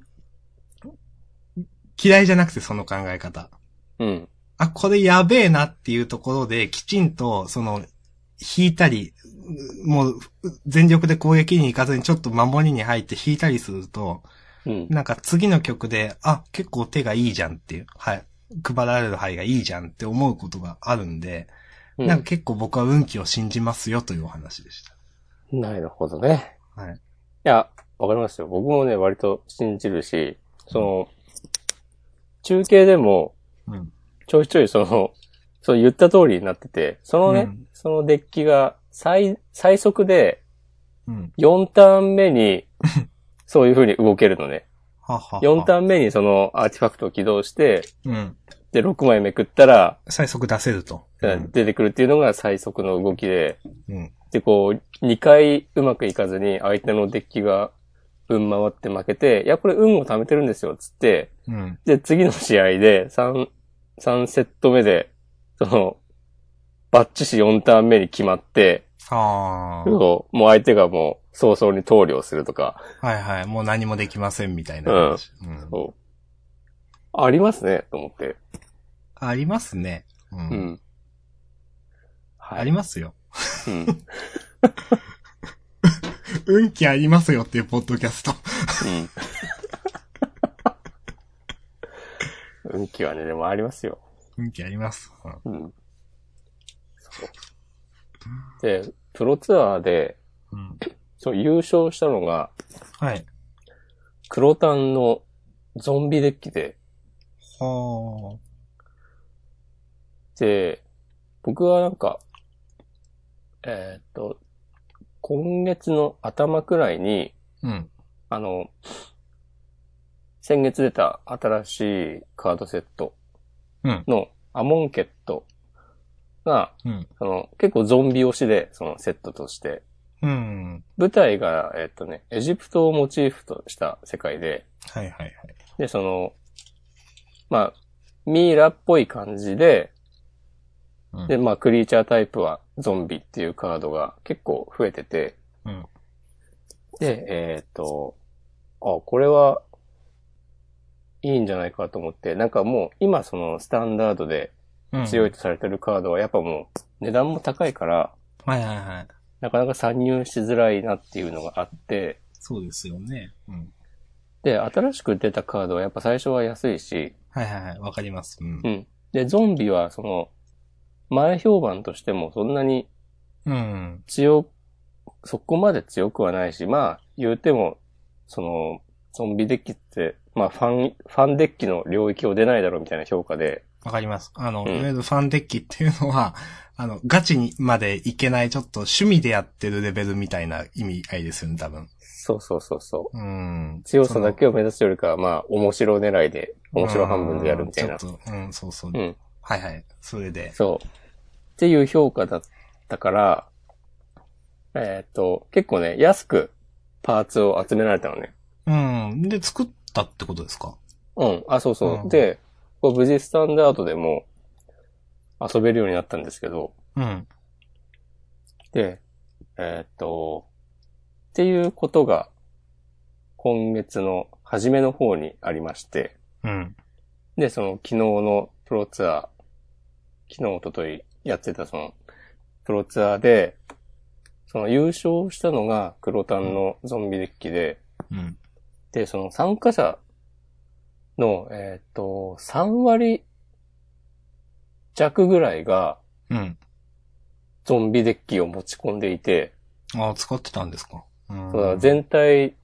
嫌いじゃなくてその考え方。 うん。 あ、これやべえなっていうところで、きちんと、引いたり、もう、全力で攻撃に行かずにちょっと守りに入って引いたりすると、 うん。 なんか次の曲で、あ、結構手がいいじゃんっていう、はい、配られる牌がいいじゃんって思うことがあるんで、なんかうん。 結構僕は運気を信じますよというお話でしなるほどね。 た。はい。 いや、わかりますよ。僕もね、割と信じるし、 うん。 中継でも、 うん。 ちょいちょいそう言った通りになってて、 うん。 そのデッキが最速でうん。 4ターン目にそういう風に動けるのね。 はは 4 は。 ターン目にそのアーティファクトを起動して、 うん。 で、6枚めくったら、 最速出せると。うん。 出てくるっていうのが最速の動きで、 うん。 で、こう、2回うまくいかずに相手のデッキが運回って負けて、いや、これ運を貯めてるんですよ、つって、 うん。 で、次の試合で3セット目で、バッチシ4ターン目に決まって、 ああ。 もう相手がもう早々に投了するとか、 はいはい。もう何もできませんみたいなうん。 話。うん。 そう。ありますね、と思って。 ありますね。うん。 うん。はありい。 ますよ。 うん。 運気ありますよっていうポッドキャスト。 うん。運気はね、でもありますよ。 運気あります。 うん。そう。で、プロツアーで、 うん。 優勝したのが、 はい。 黒炭のゾンビデッキで、 はで、僕はなんか、えーっと、今月の頭くらいに、 あ。うん。 あの、先月出た新しいカードセットうん。 のアモンケットが、 うん。 結構ゾンビ推しで、そのセットとして、 うん。 舞台が、エジプトをモチーフとした世界で、 はいはいはい。 で、まあ、ミイラっぽい感じで、 うん。 で、まあ、クリーチャータイプはゾンビっていうカードが結構増えてて、 うん。 で、これはいいんじゃないかと思って、なんかもう今そのスタンダードで強いとされてるカードはやっぱもう値段も高いから、 はいはいはい。 なかなか参入しづらいなっていうのがあって、 そうですよね。うん。 で、新しく出たカードはやっぱ最初は安いし、 はいはいはい。わかります。うん。 うん。で、ゾンビはその、前評判としてもそんなにうん。 そこまで強くはないし、まあ、言うても、その、ゾンビデッキって、まあ、ファンデッキの領域を出ないだろうみたいな評価で、 わかります。いわうん。 ゆるファンデッキっていうのは、ガチにまでいけない、ちょっと趣味でやってるレベルみたいな意味合いですよね、多分。 そうそうそうそう。 うん。 強さだけを目指すよりかは、まあ、面白狙いで、面白半分でやるみたいな。 ちょっと、うん、そうそう。 うん。 はいはい。それで。 そう。っていう評価だったから、結構ね、安くパーツを集められたのね。 うん。で、作ったってことですか？ うん。あ、そうそう。 うん。 で、こう無事スタンダードでも遊べるようになったんですけど、 うん。 で、っていうことが今月の初めの方にありまして、 うん。 で、その昨日のプロツアー、昨日、おとといやってたそのプロツアーで、その優勝したのが黒タンのゾンビデッキで、 うん。 で、その参加者の、3割弱ぐらいがうん。 ゾンビデッキを持ち込んでいて、 ああ、使ってたんですか？うそうだん。 全体、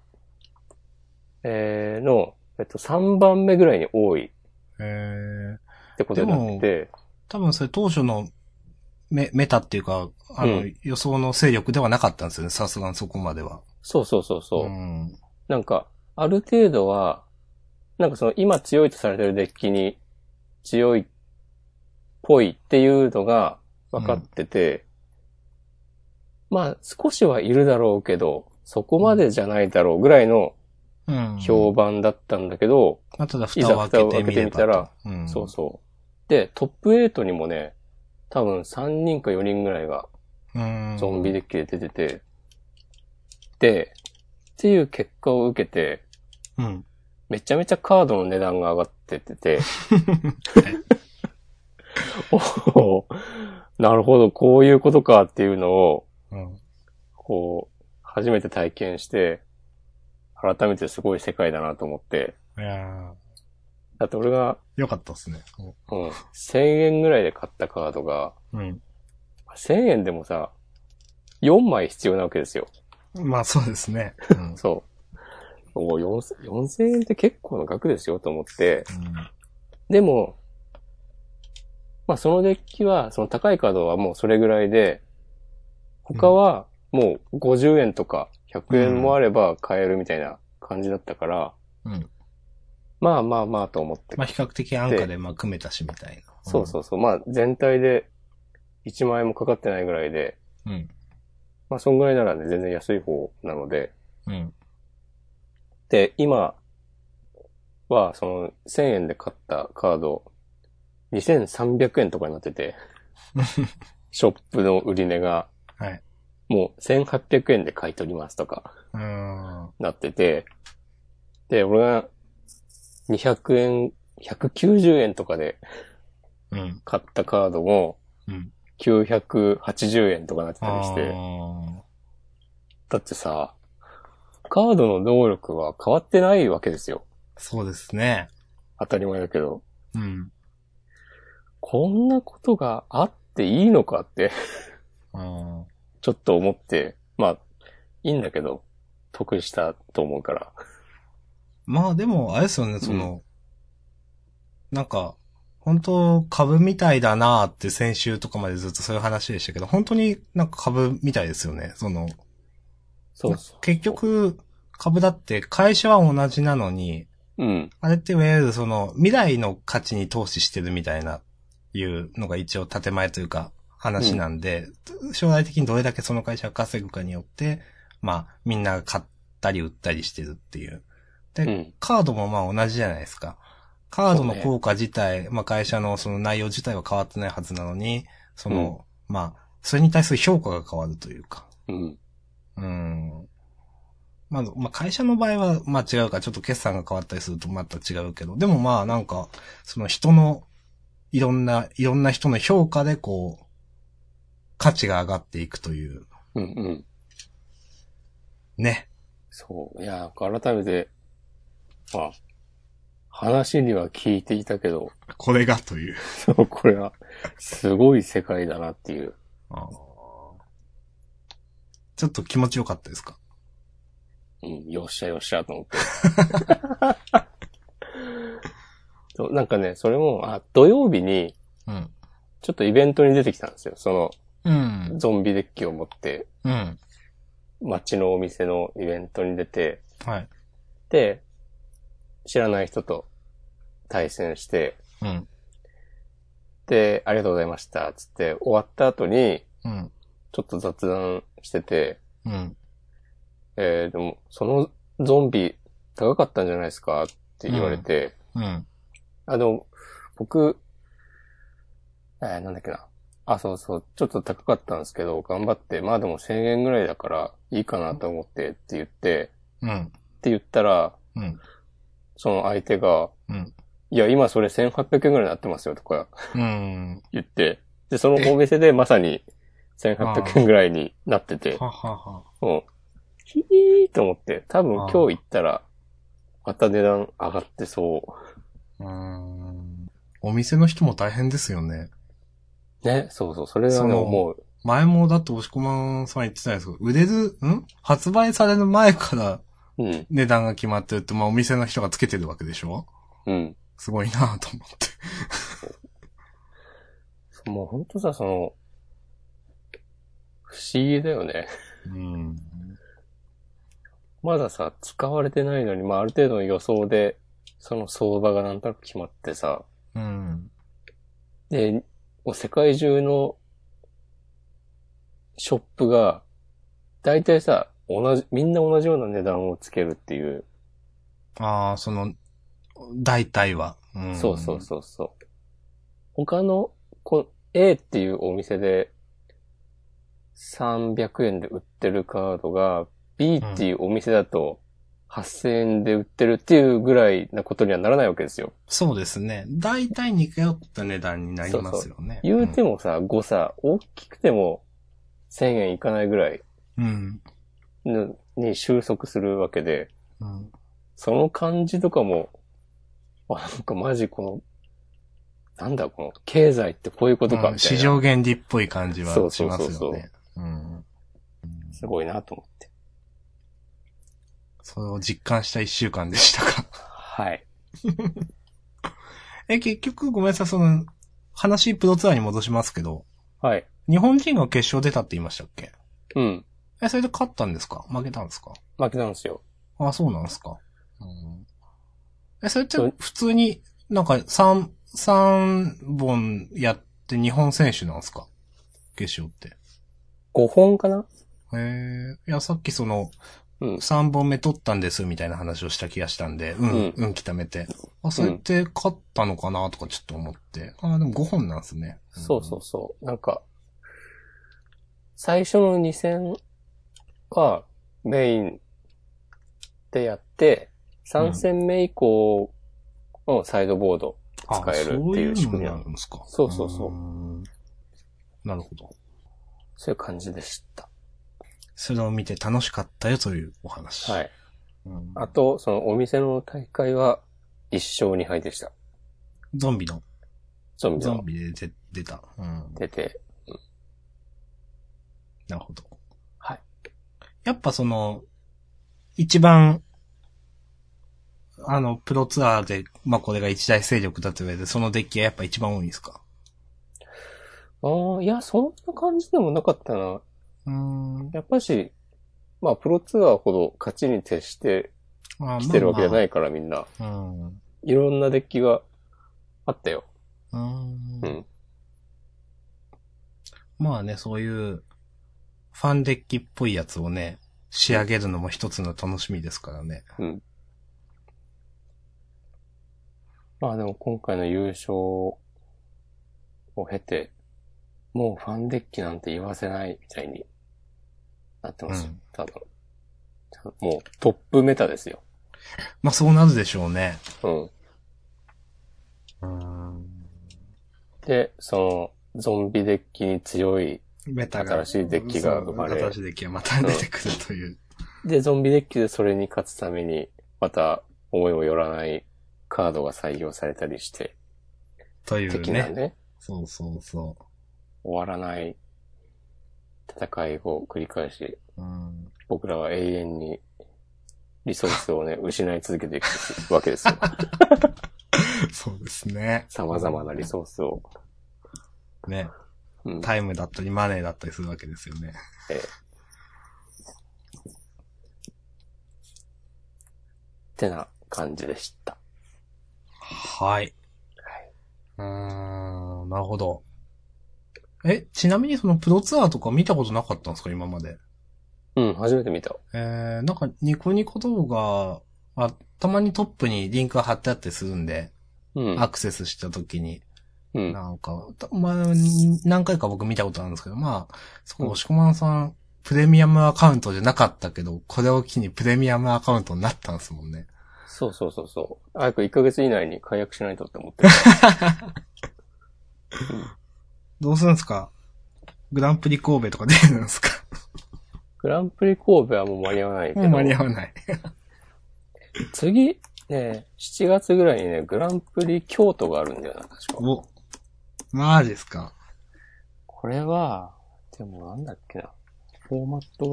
の、3番目ぐらいに多いへえ。 ってことになってでも、 て、 多分それ当初のメタっていうか、 うん。 予想の勢力ではなかったんですよね。さすがにそこまでは。 そうそうそううそう。 ん。 なんか、ある程度は、なんかその今強いとされてるデッキに強いっぽいっていうのが分かっうん。 てて、まあ少しはいるだろうけど、そこまでじゃないだろうぐらいのうん。 評判だったんだけど、 まあ、ただいざ蓋を開け蓋を開けててみればと。 みたら、 うん。 そうそう。で、トップ8にもね、多分3人か4人ぐらいがうゾンビん。 デッキで出てて、で、っていう結果を受けて、 うん。 めちゃめちゃカードの値段が上がってて、 はい。 おお、なるほど、こういうことかっていうのを、 うん。 こう、初めて体験して、改めてすごい世界だなと思って、 いやだって俺が、 ー、よかったですね。 うん、1000円ぐらいで買ったカードが、 うん。 1000円でもさ、4枚必要なわけですよ。 まあ、そうですね。うん。 そう。もう4000円って結構な額ですよと思って、 うん。 でも、まあそのデッキは、その高いカードはもうそれぐらいで、他はもう50円とか100円もあれば買えるみたいな感じだったから、 うん。 まあまあまあと思ってまあ、 買っ比較的安価て、 で、まあ、組めたし、みたいな。 そうそうそう、まあ全体で1万円もかかってないぐらいで、 うん。 まあそんぐらいならね、全然安い方なので、 うん。 で、今はその1000円で買ったカード、2300円とかになってて、ショップの売り値が、 はい。 もう1800円で買い取りますとか、 うーん。 なってて、で、俺が200円、190円とかでうん。 買ったカードもうん。 980円とかなってたりして、 あだってさ、カードの能力は変わってないわけですよ。 あ、そうですね。 当たり前だけど。 うん。 こんなことがあっていいのかってああ。 ちょっと思って、まあ、いいんだけど、得したと思うから。 まあ、でも、あれですよね、 うん。 なんか、本当株みたいだなーって先週とかまでずっとそういう話でしたけど、本当になんか株みたいですよね。 そうそう結そ局、株だって会社は同じなのに、 う。うん。 あれっていわゆる未来の価値に投資してるみたいな、いうのが一応建前というか話うん。 なんで、将来的にどれだけその会社が稼ぐかによって、まあ、みんなが買ったり売ったりしてるっていう。で、 うん。 カードもまあ同じじゃないですか。カードそうね。 の効果自体、まあ会社のその内容自体は変わってないはずなのに、 うん。 まあ、それに対する評価が変わるというか。 うん。 うん。まあ会社の場合は、まあ違うか、ちょっと決算が変わったりするとまた違うけど、でもまあなんか、その人のいろんな人の評価でこう、価値が上がっていくという。 うんうん。 ね。 そう。いや、改めて、まあ、話には聞いていたけど、 これがという。 そう、これは、すごい世界だなっていう。 ちょっと気持ちよかったですか？ うん、よっしゃよっしゃと思って。そう、なんかね、それも、土曜日に、 うん。 ちょっとイベントに出てきたんですよ。 うん。 ゾンビデッキを持って、 うん。 街のお店のイベントに出て、 はい。 で、知らない人と対戦して、 うん。 で、ありがとうございました、つって終わった後に、 うん。 ちょっと雑談してて、 うん。 でも、そのゾンビ高かったんじゃないですかって言われて、 うん。 でも、僕、なんだっけな。そうそう、ちょっと高かったんですけど、頑張って、まあでも1000円ぐらいだからいいかなと思ってって言って、 うん。 って言ったら、 うん。 その相手が、 うん。 いや、今それ1800円ぐらいになってますよとかうん。 言って、で、そのお店でまさに1800円ぐらいになってて、 ははは。 うん。ひーと思って、多分今日行ったら、また値段上がってそお店の人も大変ですよね。 う。ね、そうそう、それはね、思う。 前もだって押し込まんさん言ってたんですけど、発売される前からうん。 値段が決まってるって、まあお店の人がつけてるわけでしょ？ うん。 すごいなぁと思って。 もうほんとさ、不思議だよね。 うん。 まださ、使われてないのに、まあある程度の予想で、その相場がなんとなく決まってさ、 うん。 で、もう世界中のショップが、だいたいさ、みんな同じような値段をつけるっていう。 ああ、大体は。うん。 そうそうそうそう。他の、A っていうお店で300円で売ってるカードが B っていうお店だと8000円で売ってるっていうぐらいなことにはならないわけですよ。 そうですね。大体似通った値段になりますよね。 言うてもさ、誤差、大きくても1000円いかないぐらいうん。 に収束するわけで、 うん。 その感じとかも、なんかマジなんだこの経済ってこういうことかみたいな。 市場原理っぽい感じはしますよね。 そうそうそううん。 すごいなと思って。 それを実感した一週間でしたか？ はい。 結局ごめんなさい、話プロツアーに戻しますけど、 はい。 日本人が決勝出たって言いましたっけ？ うん。 それで勝ったんですか？負けたんですか？ 負けたんですよ。 あ、そうなんですか。それって普通になんか三本やって日本選手なんですか？決勝って。 5本かな？ いや、さっきうん。 3本目取ったんですみたいな話をした気がしたんで、運きためて。それって勝ったのかなとかちょっと思って。でも5本なんですね。 そうそうそう。なんか、最初の2戦はメインでやって、3戦目以降のサイドボード使えるっていう仕組みなんですか。 そうそうそう。 なるほど。 そういう感じでした。 それを見て楽しかったよというお話。 はい。あと、そのお店の大会は1勝2敗でした。 ゾンビで出た。 出て、 なるほど。 はい。 やっぱ一番、プロツアーで、まあ、これが一大勢力だと上で、そのデッキはやっぱ一番多いんですか？ いや、そんな感じでもなかったな。やっぱし、まあ、プロツアーほど勝ちに徹して来てるわけじゃないから、みんな。いろんなデッキがあったよ。 まあね、そういう、ファンデッキっぽいやつをね、仕上げるのも一つの楽しみですからね。 まあでも今回の優勝を経て、もうファンデッキなんて言わせないみたいになってますよ。多分。もうトップメタですよ。 まあそうなるでしょうね。 で、その、ゾンビデッキに強い、 メタが。 新しいデッキが生まれ。 新しいデッキがまた出てくるという。 で、ゾンビデッキでそれに勝つために、また、思いもよらないカードが採用されたりして。 というね。 的なね。 そうそうそう。 終わらない戦いを繰り返し、 うん、 僕らは永遠にリソースをね、失い続けていくわけですよ。 そうですね。 様々なリソースを。 ね、 うん。 タイムだったりマネーだったりするわけですよね。 ってな感じでした。 はい。なるほど。ちなみにそのプロツアーとか見たことなかったんですか今まで。 うん、初めて見た。 なんかニコニコ動画、たまにトップにリンクが貼ってあったりするんで、 うん、 アクセスした時に、 うん、 なんか、何回か僕見たことあるんですけど、そこ、押し込まんさん、プレミアムアカウントじゃなかったけど、これを機にプレミアムアカウントになったんですもんね。 そうそうそうそう。早く1ヶ月以内に解約しないとって思ってる。 どうするんですか？グランプリ神戸とか出るんですか？ グランプリ神戸はもう間に合わないけど。 もう間に合わない。 次、ね、7月ぐらいにね、グランプリ京都があるんだよな、確か。 お、マジですか。 これは、でもなんだっけな。フォ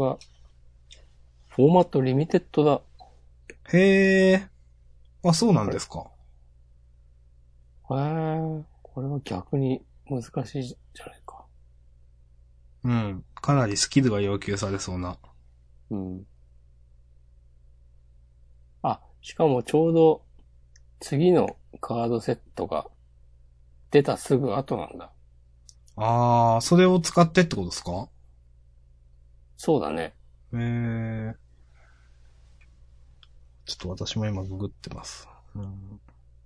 ーマットリミテッドだ。 へえ。そうなんですか。 これは逆に難しいじゃないか。 うん。かなりスキルが要求されそうな。 うん。しかもちょうど次のカードセットが出たすぐ後なんだ。 それを使ってってことですか？ そうだね。 ちょっと私も今ググってます。うん、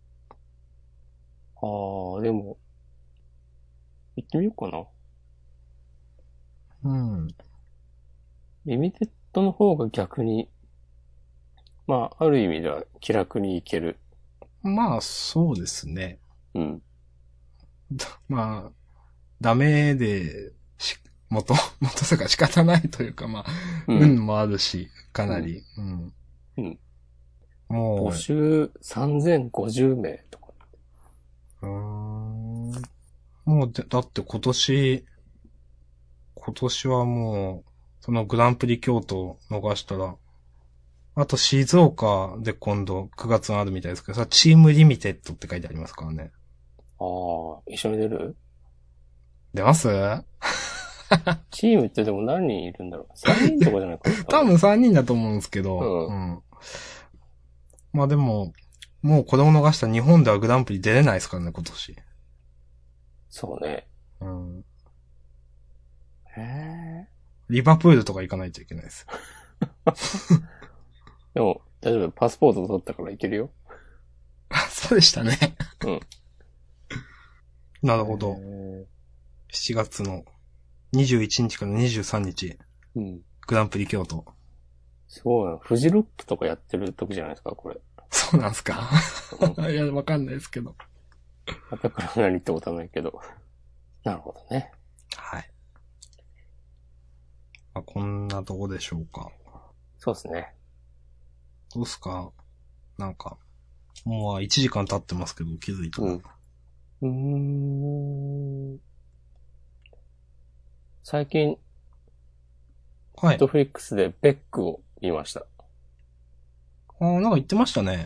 でも、行ってみようかな。 うん。 リミテッドの方が逆に、ある意味では気楽に行ける。 そうですね。 うん。 ダメで、元とか仕方ないというか、 うん、 運もあるし、かなり。うん。 うん。 もう。 募集3050名とか。 もうだって今年はもう、そのグランプリ京都逃したら、あと静岡で今度9月にあるみたいですけど、チームリミテッドって書いてありますからね。 一緒に出る？ 出ますチームってでも何人いるんだろう ?3 人とかじゃないかな多分3人だと思うんですけど、うん。でも、もうこれを逃したら日本ではグランプリ出れないですからね、今年。 そうね。 うん。 リバプールとか行かないといけないです。 でも、大丈夫。パスポート取ったから行けるよ。 そうでしたね。 うん。 なるほど。7月の21日から23日。 うん。 グランプリ京都。 すごいな。フジロックとかやってる時じゃないですか、これ。 そうなんすか、いや、わかんないですけど。 だから何ってことはないけど。なるほどね。 はい。こんなとこでしょうか。 そうですね。 どうすか？なんか、もう1時間経ってますけど、気づいたら。 最近、 はい。 ネットフリックスでベックを見ました。 なんか言ってましたね。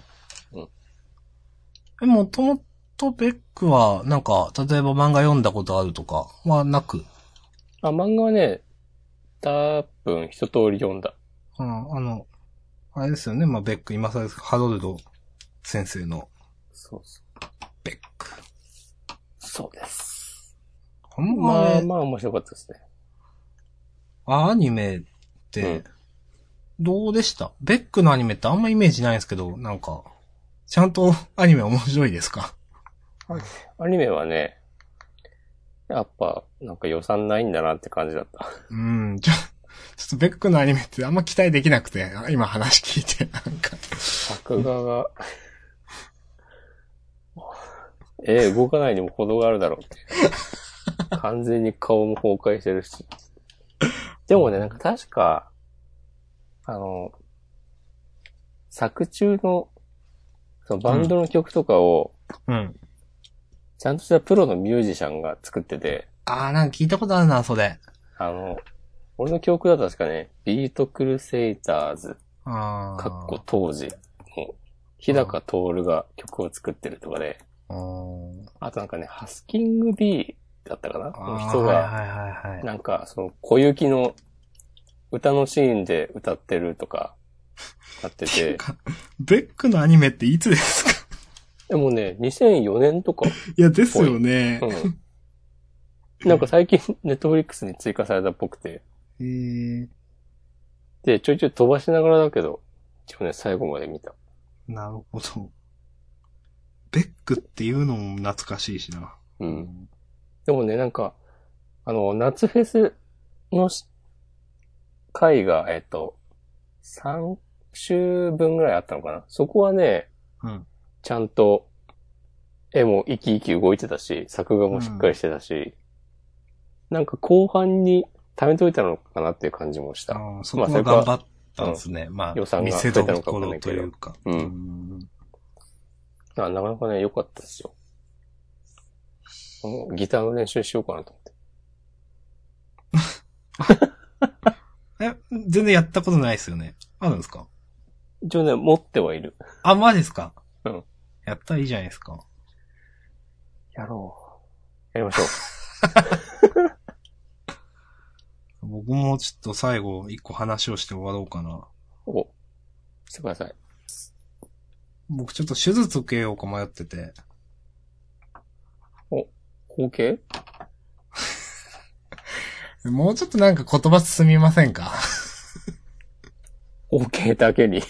うん。 もともとベックは、なんか、例えば漫画読んだことあるとかはなく。 漫画はね、多分一通り読んだ。 あれですよね。ベック、今更ですハロルド先生の。 そうそう。 ベック。 そうです。 面白かったですね。 アニメって、どうでした？ベックのアニメってあんまイメージないんですけど、なんか、ちゃんとアニメ面白いですか？ アニメはね、やっぱ、なんか予算ないんだなって感じだった。 ちょっとベックのアニメってあんま期待できなくて、今話聞いて、なんか。 作画が、 動かないにも程があるだろうって。完全に顔も崩壊してるし。でもね、なんか確か、作中の、そのバンドの曲とかを、 うん。 ちゃんとしたプロのミュージシャンが作ってて、 なんか聞いたことあるな、それ。 俺の記憶だと確かね、ビートクルセイターズ、 あ当時の、日高徹が曲を作ってるとかで、 ああとなんかね、ハスキング B だったかなの人はいが、 はいはいはい。 なんか、その、小雪の歌のシーンで歌ってるとか、なってて。 ベックのアニメっていつですか？ でもね、2004年とか。 いや、ですよね。 うん。なんか最近、ネットフリックスに追加されたっぽくて。で、ちょいちょい飛ばしながらだけど、一応ね、最後まで見た。 なるほど。ベックっていうのも懐かしいしな。 うん。でもね、なんか、夏フェスの回が、3週分ぐらいあったのかな。そこはね、 うん。 ちゃんと、絵も生き生き動いてたし、作画もしっかりしてたし、なんか後半に貯めといたのかなっていう感じもした。 そこは頑張ったんですね。まあ、 予算が見せどころというか。 なかなかね、良かったですよ。ギターの練習しようかなと思って。 全然やったことないですよね。あるんですか？ 一応ね、持ってはいる。 マジですか？ うん。 やったらいいじゃないですか。 やろう。やりましょう。 僕もちょっと最後一個話をして終わろうかな。 してください。 僕ちょっと手術受けようか迷ってて。 包茎？ もうちょっとなんか言葉進みませんか？ 包茎だけに。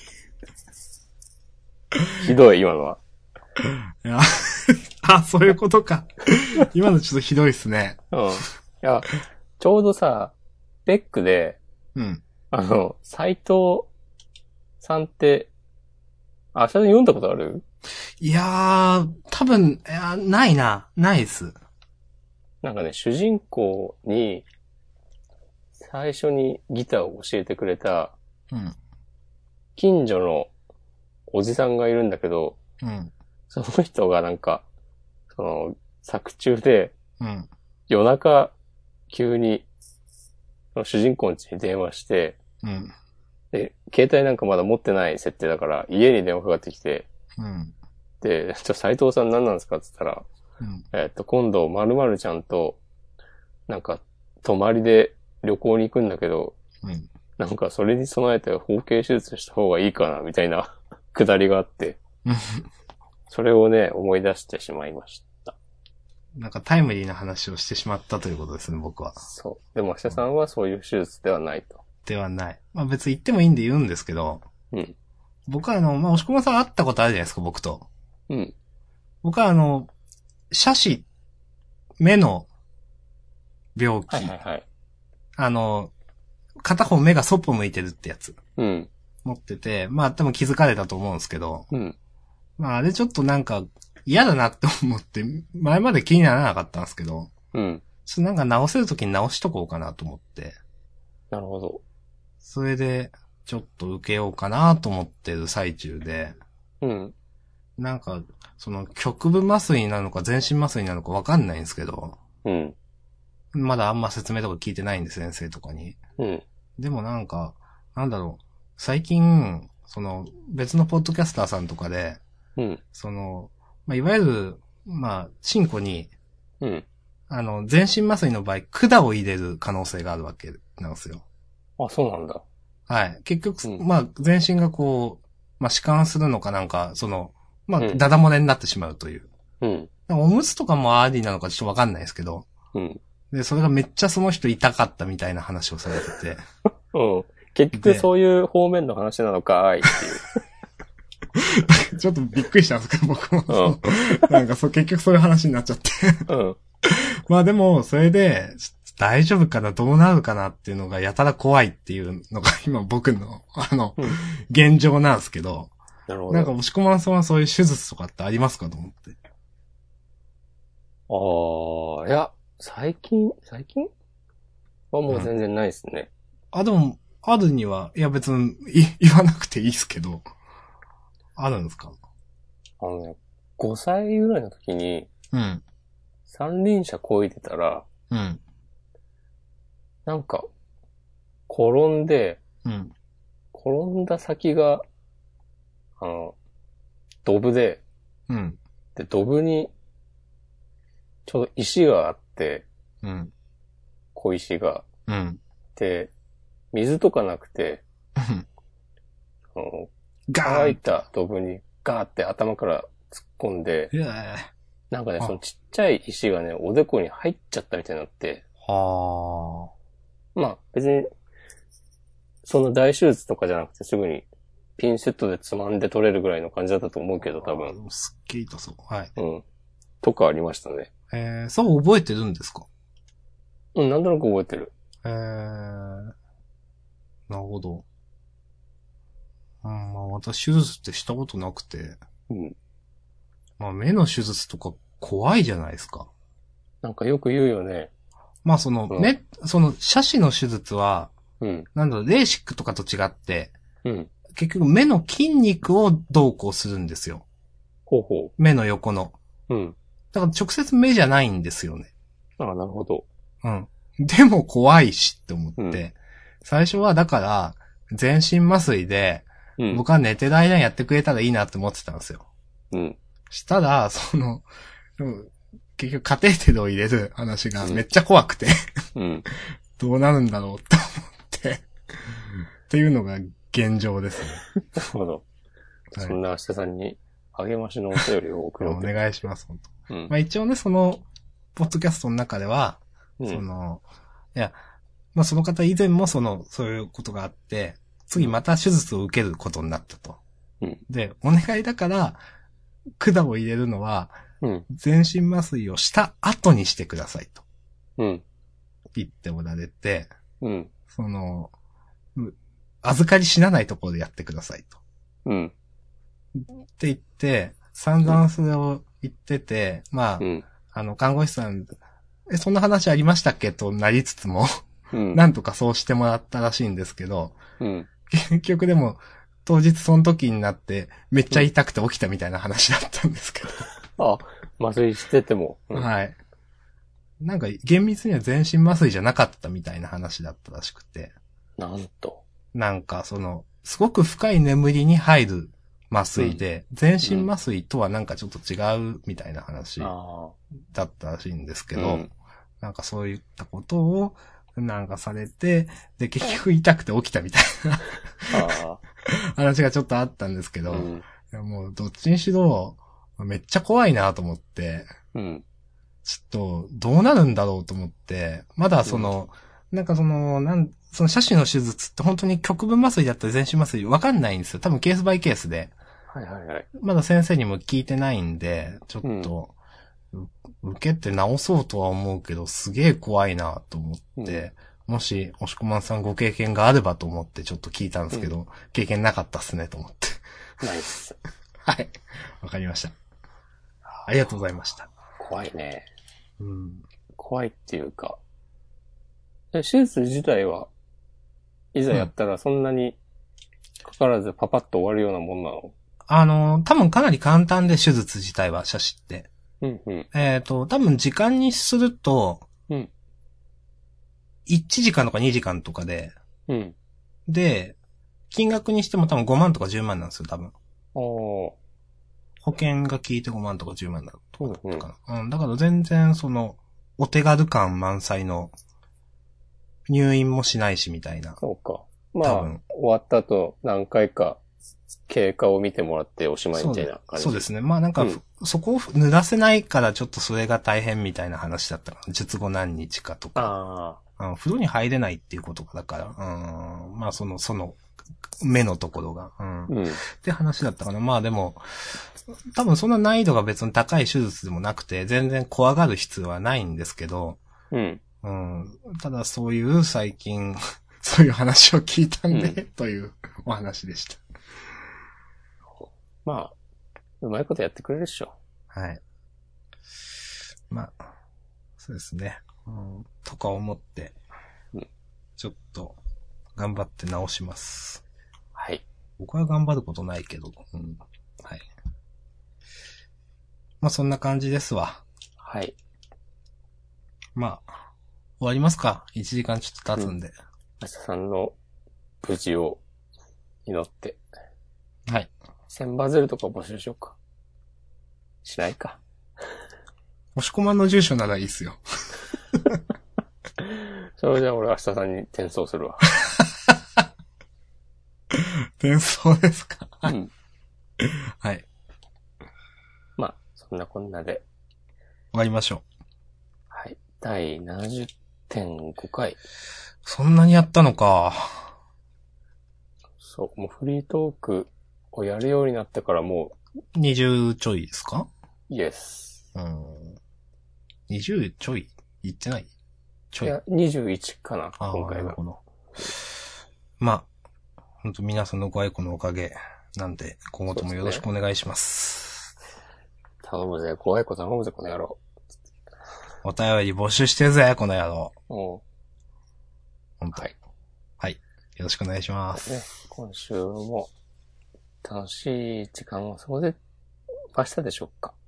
ひどい、今のは。 いやそういうことか。今のちょっとひどいっすね。 うん。いや、ちょうどさ、ベックで、 うん。 斎藤さんって、それ読んだことある？ いやー、多分、ないです。 なんかね、主人公に、最初にギターを教えてくれた、近所のおじさんがいるんだけど、その人がなんか、作中で、夜中、急に、その主人公の家に電話して、で、携帯なんかまだ持ってない設定だから、家に電話かかってきて、で、斉藤さん何なんですかって言ったら、今度、〇〇ちゃんと、なんか、泊まりで旅行に行くんだけど、なんかそれに備えて包茎手術した方がいいかな、みたいなくだりがあって、それをね、思い出してしまいました。 なんかタイムリーな話をしてしまったということですね、僕は。 そう。でも、明日さんはそういう手術ではないと。 ではない。まあ別に言ってもいいんで言うんですけど、僕は押し込まさん会ったことあるじゃないですか、僕と。僕は斜視、目の病気。片方目がそっぽ向いてるってやつ。持ってて、まあ多分気づかれたと思うんですけど、まああれちょっとなんか嫌だなって思って、前まで気にならなかったんですけど、ちょっとなんか直せるときに直しとこうかなと思って。 なるほど。 それで、ちょっと受けようかなと思ってる最中で、なんか、局部麻酔なのか全身麻酔なのかわかんないんですけど、まだあんま説明とか聞いてないんで、先生とかに。でもなんか、なんだろう、最近、別のポッドキャスターさんとかで、まあ、いわゆる、まあ、チンコに、全身麻酔の場合、管を入れる可能性があるわけなんですよ。 あ、そうなんだ。 はい。結局、まあ、全身がこう、まあ、弛緩するのかなんか、まあ、ダダ漏れになってしまうという。おむつとかもありなのかちょっとわかんないですけど。で、それがめっちゃその人痛かったみたいな話をされてて。 結局そういう方面の話なのかーいっていう。 ちょっとびっくりしたんですけど、僕も。なんか結局そういう話になっちゃって。まあでも、それで、大丈夫かな、どうなるかなっていうのがやたら怖いっていうのが今僕の、現状なんですけど。なるほど。なんか、押し込まんさんはそういう手術とかってありますかと思って。 ああ、いや、最近はもう全然ないですね。 あ、でも、あるには、いや別に言わなくていいですけど、あるんですか？ あのね、5歳ぐらいの時にうん。 三輪車漕いでたら、 うん。 なんか、転んで、 うん。 転んだ先が、あの、ドブで、 うん。 で、ドブに、ちょうど石があって、 うん。 小石が。 うん。 で、水とかなくて、あの乾いガーンと。 たドブにガーって頭から突っ込んで、 いやなんかね、そのあ、 ちっちゃい石がね、おでこに入っちゃったみたいになって、 はまあ別に、その大手術とかじゃなくてすぐにピンセットでつまんで取れるぐらいの感じだったと思うけど、多あ。 分。 でもすっきりとそう。はい。 うん。とかありましたね。 そう覚えてるんですか？ うん、なんとなく覚えてる。 なるほど。うん、まあ私手術ってしたことなくて、 うん。 まあ目の手術とか怖いじゃないですか。 なんかよく言うよね。 まあそのうん。 目、その斜視の手術は、 うん。 なんだろう、レーシックとかと違って、 うん。 結局目の筋肉をどうこうするんですよ。 ほうほ目の横の。 う。うん。 だから直接目じゃないんですよね。 ああ、なるほど。 うん。でも怖いしって思っうん。 て、最初はだから、全身麻酔で、 うん。 僕は寝てる間にやってくれたらいいなって思ってたんですよ。 うん。 したら、うん結局カテーテルを入れる話がうん。 めっちゃ怖くてうん。 どうなるんだろうって思ってっていうのが現状ですね。 なるほど。 はい。 そんな明日さんに励ましのお便りを送ろうおと。 願いします、本当。 うん。 まあ一応ね、ポッドキャストの中では、 うん。 いや、まあその方以前もそういうことがあって、 うん。 次また手術を受けることになったと。 うん。 で、お願いだから、管を入れるのは、 うん。 全身麻酔をした後にしてくださいとうん。 言っておられて、 うん。 その、う預かり死なないところでやってくださいと。 うん。 って言って、散々それを言ってて、まうん。 あ、看護師さん、そんな話ありましたっけとなりつつも、 うん。 なんとかそうしてもらったらしいんですけど、 うん。 結局でも、当日その時になって、めっちゃ痛くて起きたみたいな話だったんですけあ、麻酔してても。うど。 ん。 はい。なんか厳密には全身麻酔じゃなかったみたいな話だったらしくて。 なんと。 なんかすごく深い眠りに入る麻うん。 酔で、全うん。 身麻酔とはなんかちょっと違うみたいな話ああ。 だったらしいんですけど、 うん。 なんかそういったことを、なんかされて、で、結局痛くて起きたみたいなああ。 話がちょっとあったんですけど、 うん。 いやもうどっちにしろ、めっちゃ怖いなと思って、 うん。 ちょっとどうなるんだろうと思って、まだうん。 なんかその斜視の手術って本当に局部麻酔だったり全身麻酔わかんないんですよ。多分ケースバイケースで。 はいはいはい。 まだ先生にも聞いてないんで、ちょっうん。 と、受けて治そうとは思うけど、すげえ怖いなと思っうん。 て、もし、押しこまんさんご経験があればと思ってちょっと聞いたんでうん。 すけど、経験なかったっすねと思って。 ナイス。 はい。わかりました。ありがとうございました。 怖いね。 うん。 怖いっていうか。手術自体は、いざうん。 やったらそんなにかからずパパッと終わるようなもんなの？ 多分かなり簡単で手術自体は、斜視って。 うんうん。 多分時間にすると、 うん。 1時間とか2時間とかで、 うん。 で、金額にしても多分5万とか10万なんですよ、多分。 ああ。 保険が効いて5万とか10万なとかだっうんうん。 たかな。うん、だから全然お手軽感満載の入院もしないしみたいな。 そうか。まあ、 多分。 終わった後何回か経過を見てもらっておしまいみたいな感じ。 そうですね。まあなんか、 うん。 そこを濡らせないからちょっとそれが大変みたいな話だったかな。術後何日かとか。 ああ。 風呂に入れないっていうことだから、まあ目のところが、 うん。 って話だったかな。まあでも、多分そんな難易度が別に高い手術でもなくて、全然怖がる必要はないんですけど、 うん。 うん、ただそういう最近、そういう話を聞いたんで、 うん。 というお話でした。 まあ、うまいことやってくれるっしょ。 はい。 まあ、そうですね。とか思って、ちょっと、頑張って直します。 はい。 僕は頑張ることないけど、はい。まあそんな感じですわ。 はい。 まあ、終わりますか？ 1 時間ちょっと経つんで。 明日さんの無事を祈って。 はい。 1000バズルとか募集しようか。しないか。 押し込まんの住所ならいいっすよ。 それじゃあ俺明日さんに転送するわ。 転送ですか？ うん。 はい。 まあ、そんなこんなで。 終わりましょう。 はい。第 70.5 回。 そんなにやったのか。 そう、もうフリートークをやるようになってからもう。20ちょいですか？ イエス。 20ちょい言ってない？ちょい。 いや、21かな、今回が。 なるほど。まあ、ほんと皆さんのご愛顧のおかげなんで、今後ともよろしくお願いします。 頼むぜ、ご愛顧頼むぜ、この野郎。 お便り募集してるぜ、この野郎。 ほんと。はい。はい。よろしくお願いします。 ね、今週も楽しい時間を過ごせましたでしょうか？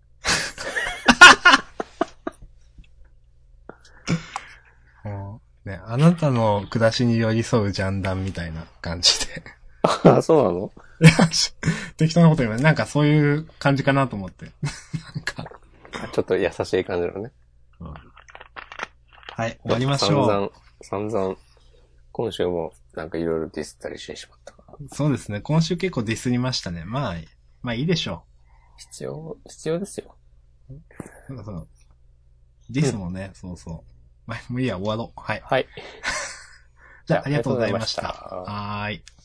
ね、あなたの暮らしに寄り添うジャンダンみたいな感じで。 あ、そうなの？ いや、適当なこと言うね。なんかそういう感じかなと思って。なんか。 ちょっと優しい感じのね。 はい、終わりましょう。 散々、今週もなんかいろいろディスったりしてしまったから。 そうですね。今週結構ディスりましたね。まあいいでしょう。必要ですよ。 そう。ディスもね、そうそう。まあ、もういいや、終わろう。はい。 はい。 じゃあ、ありがとうございました。はーい。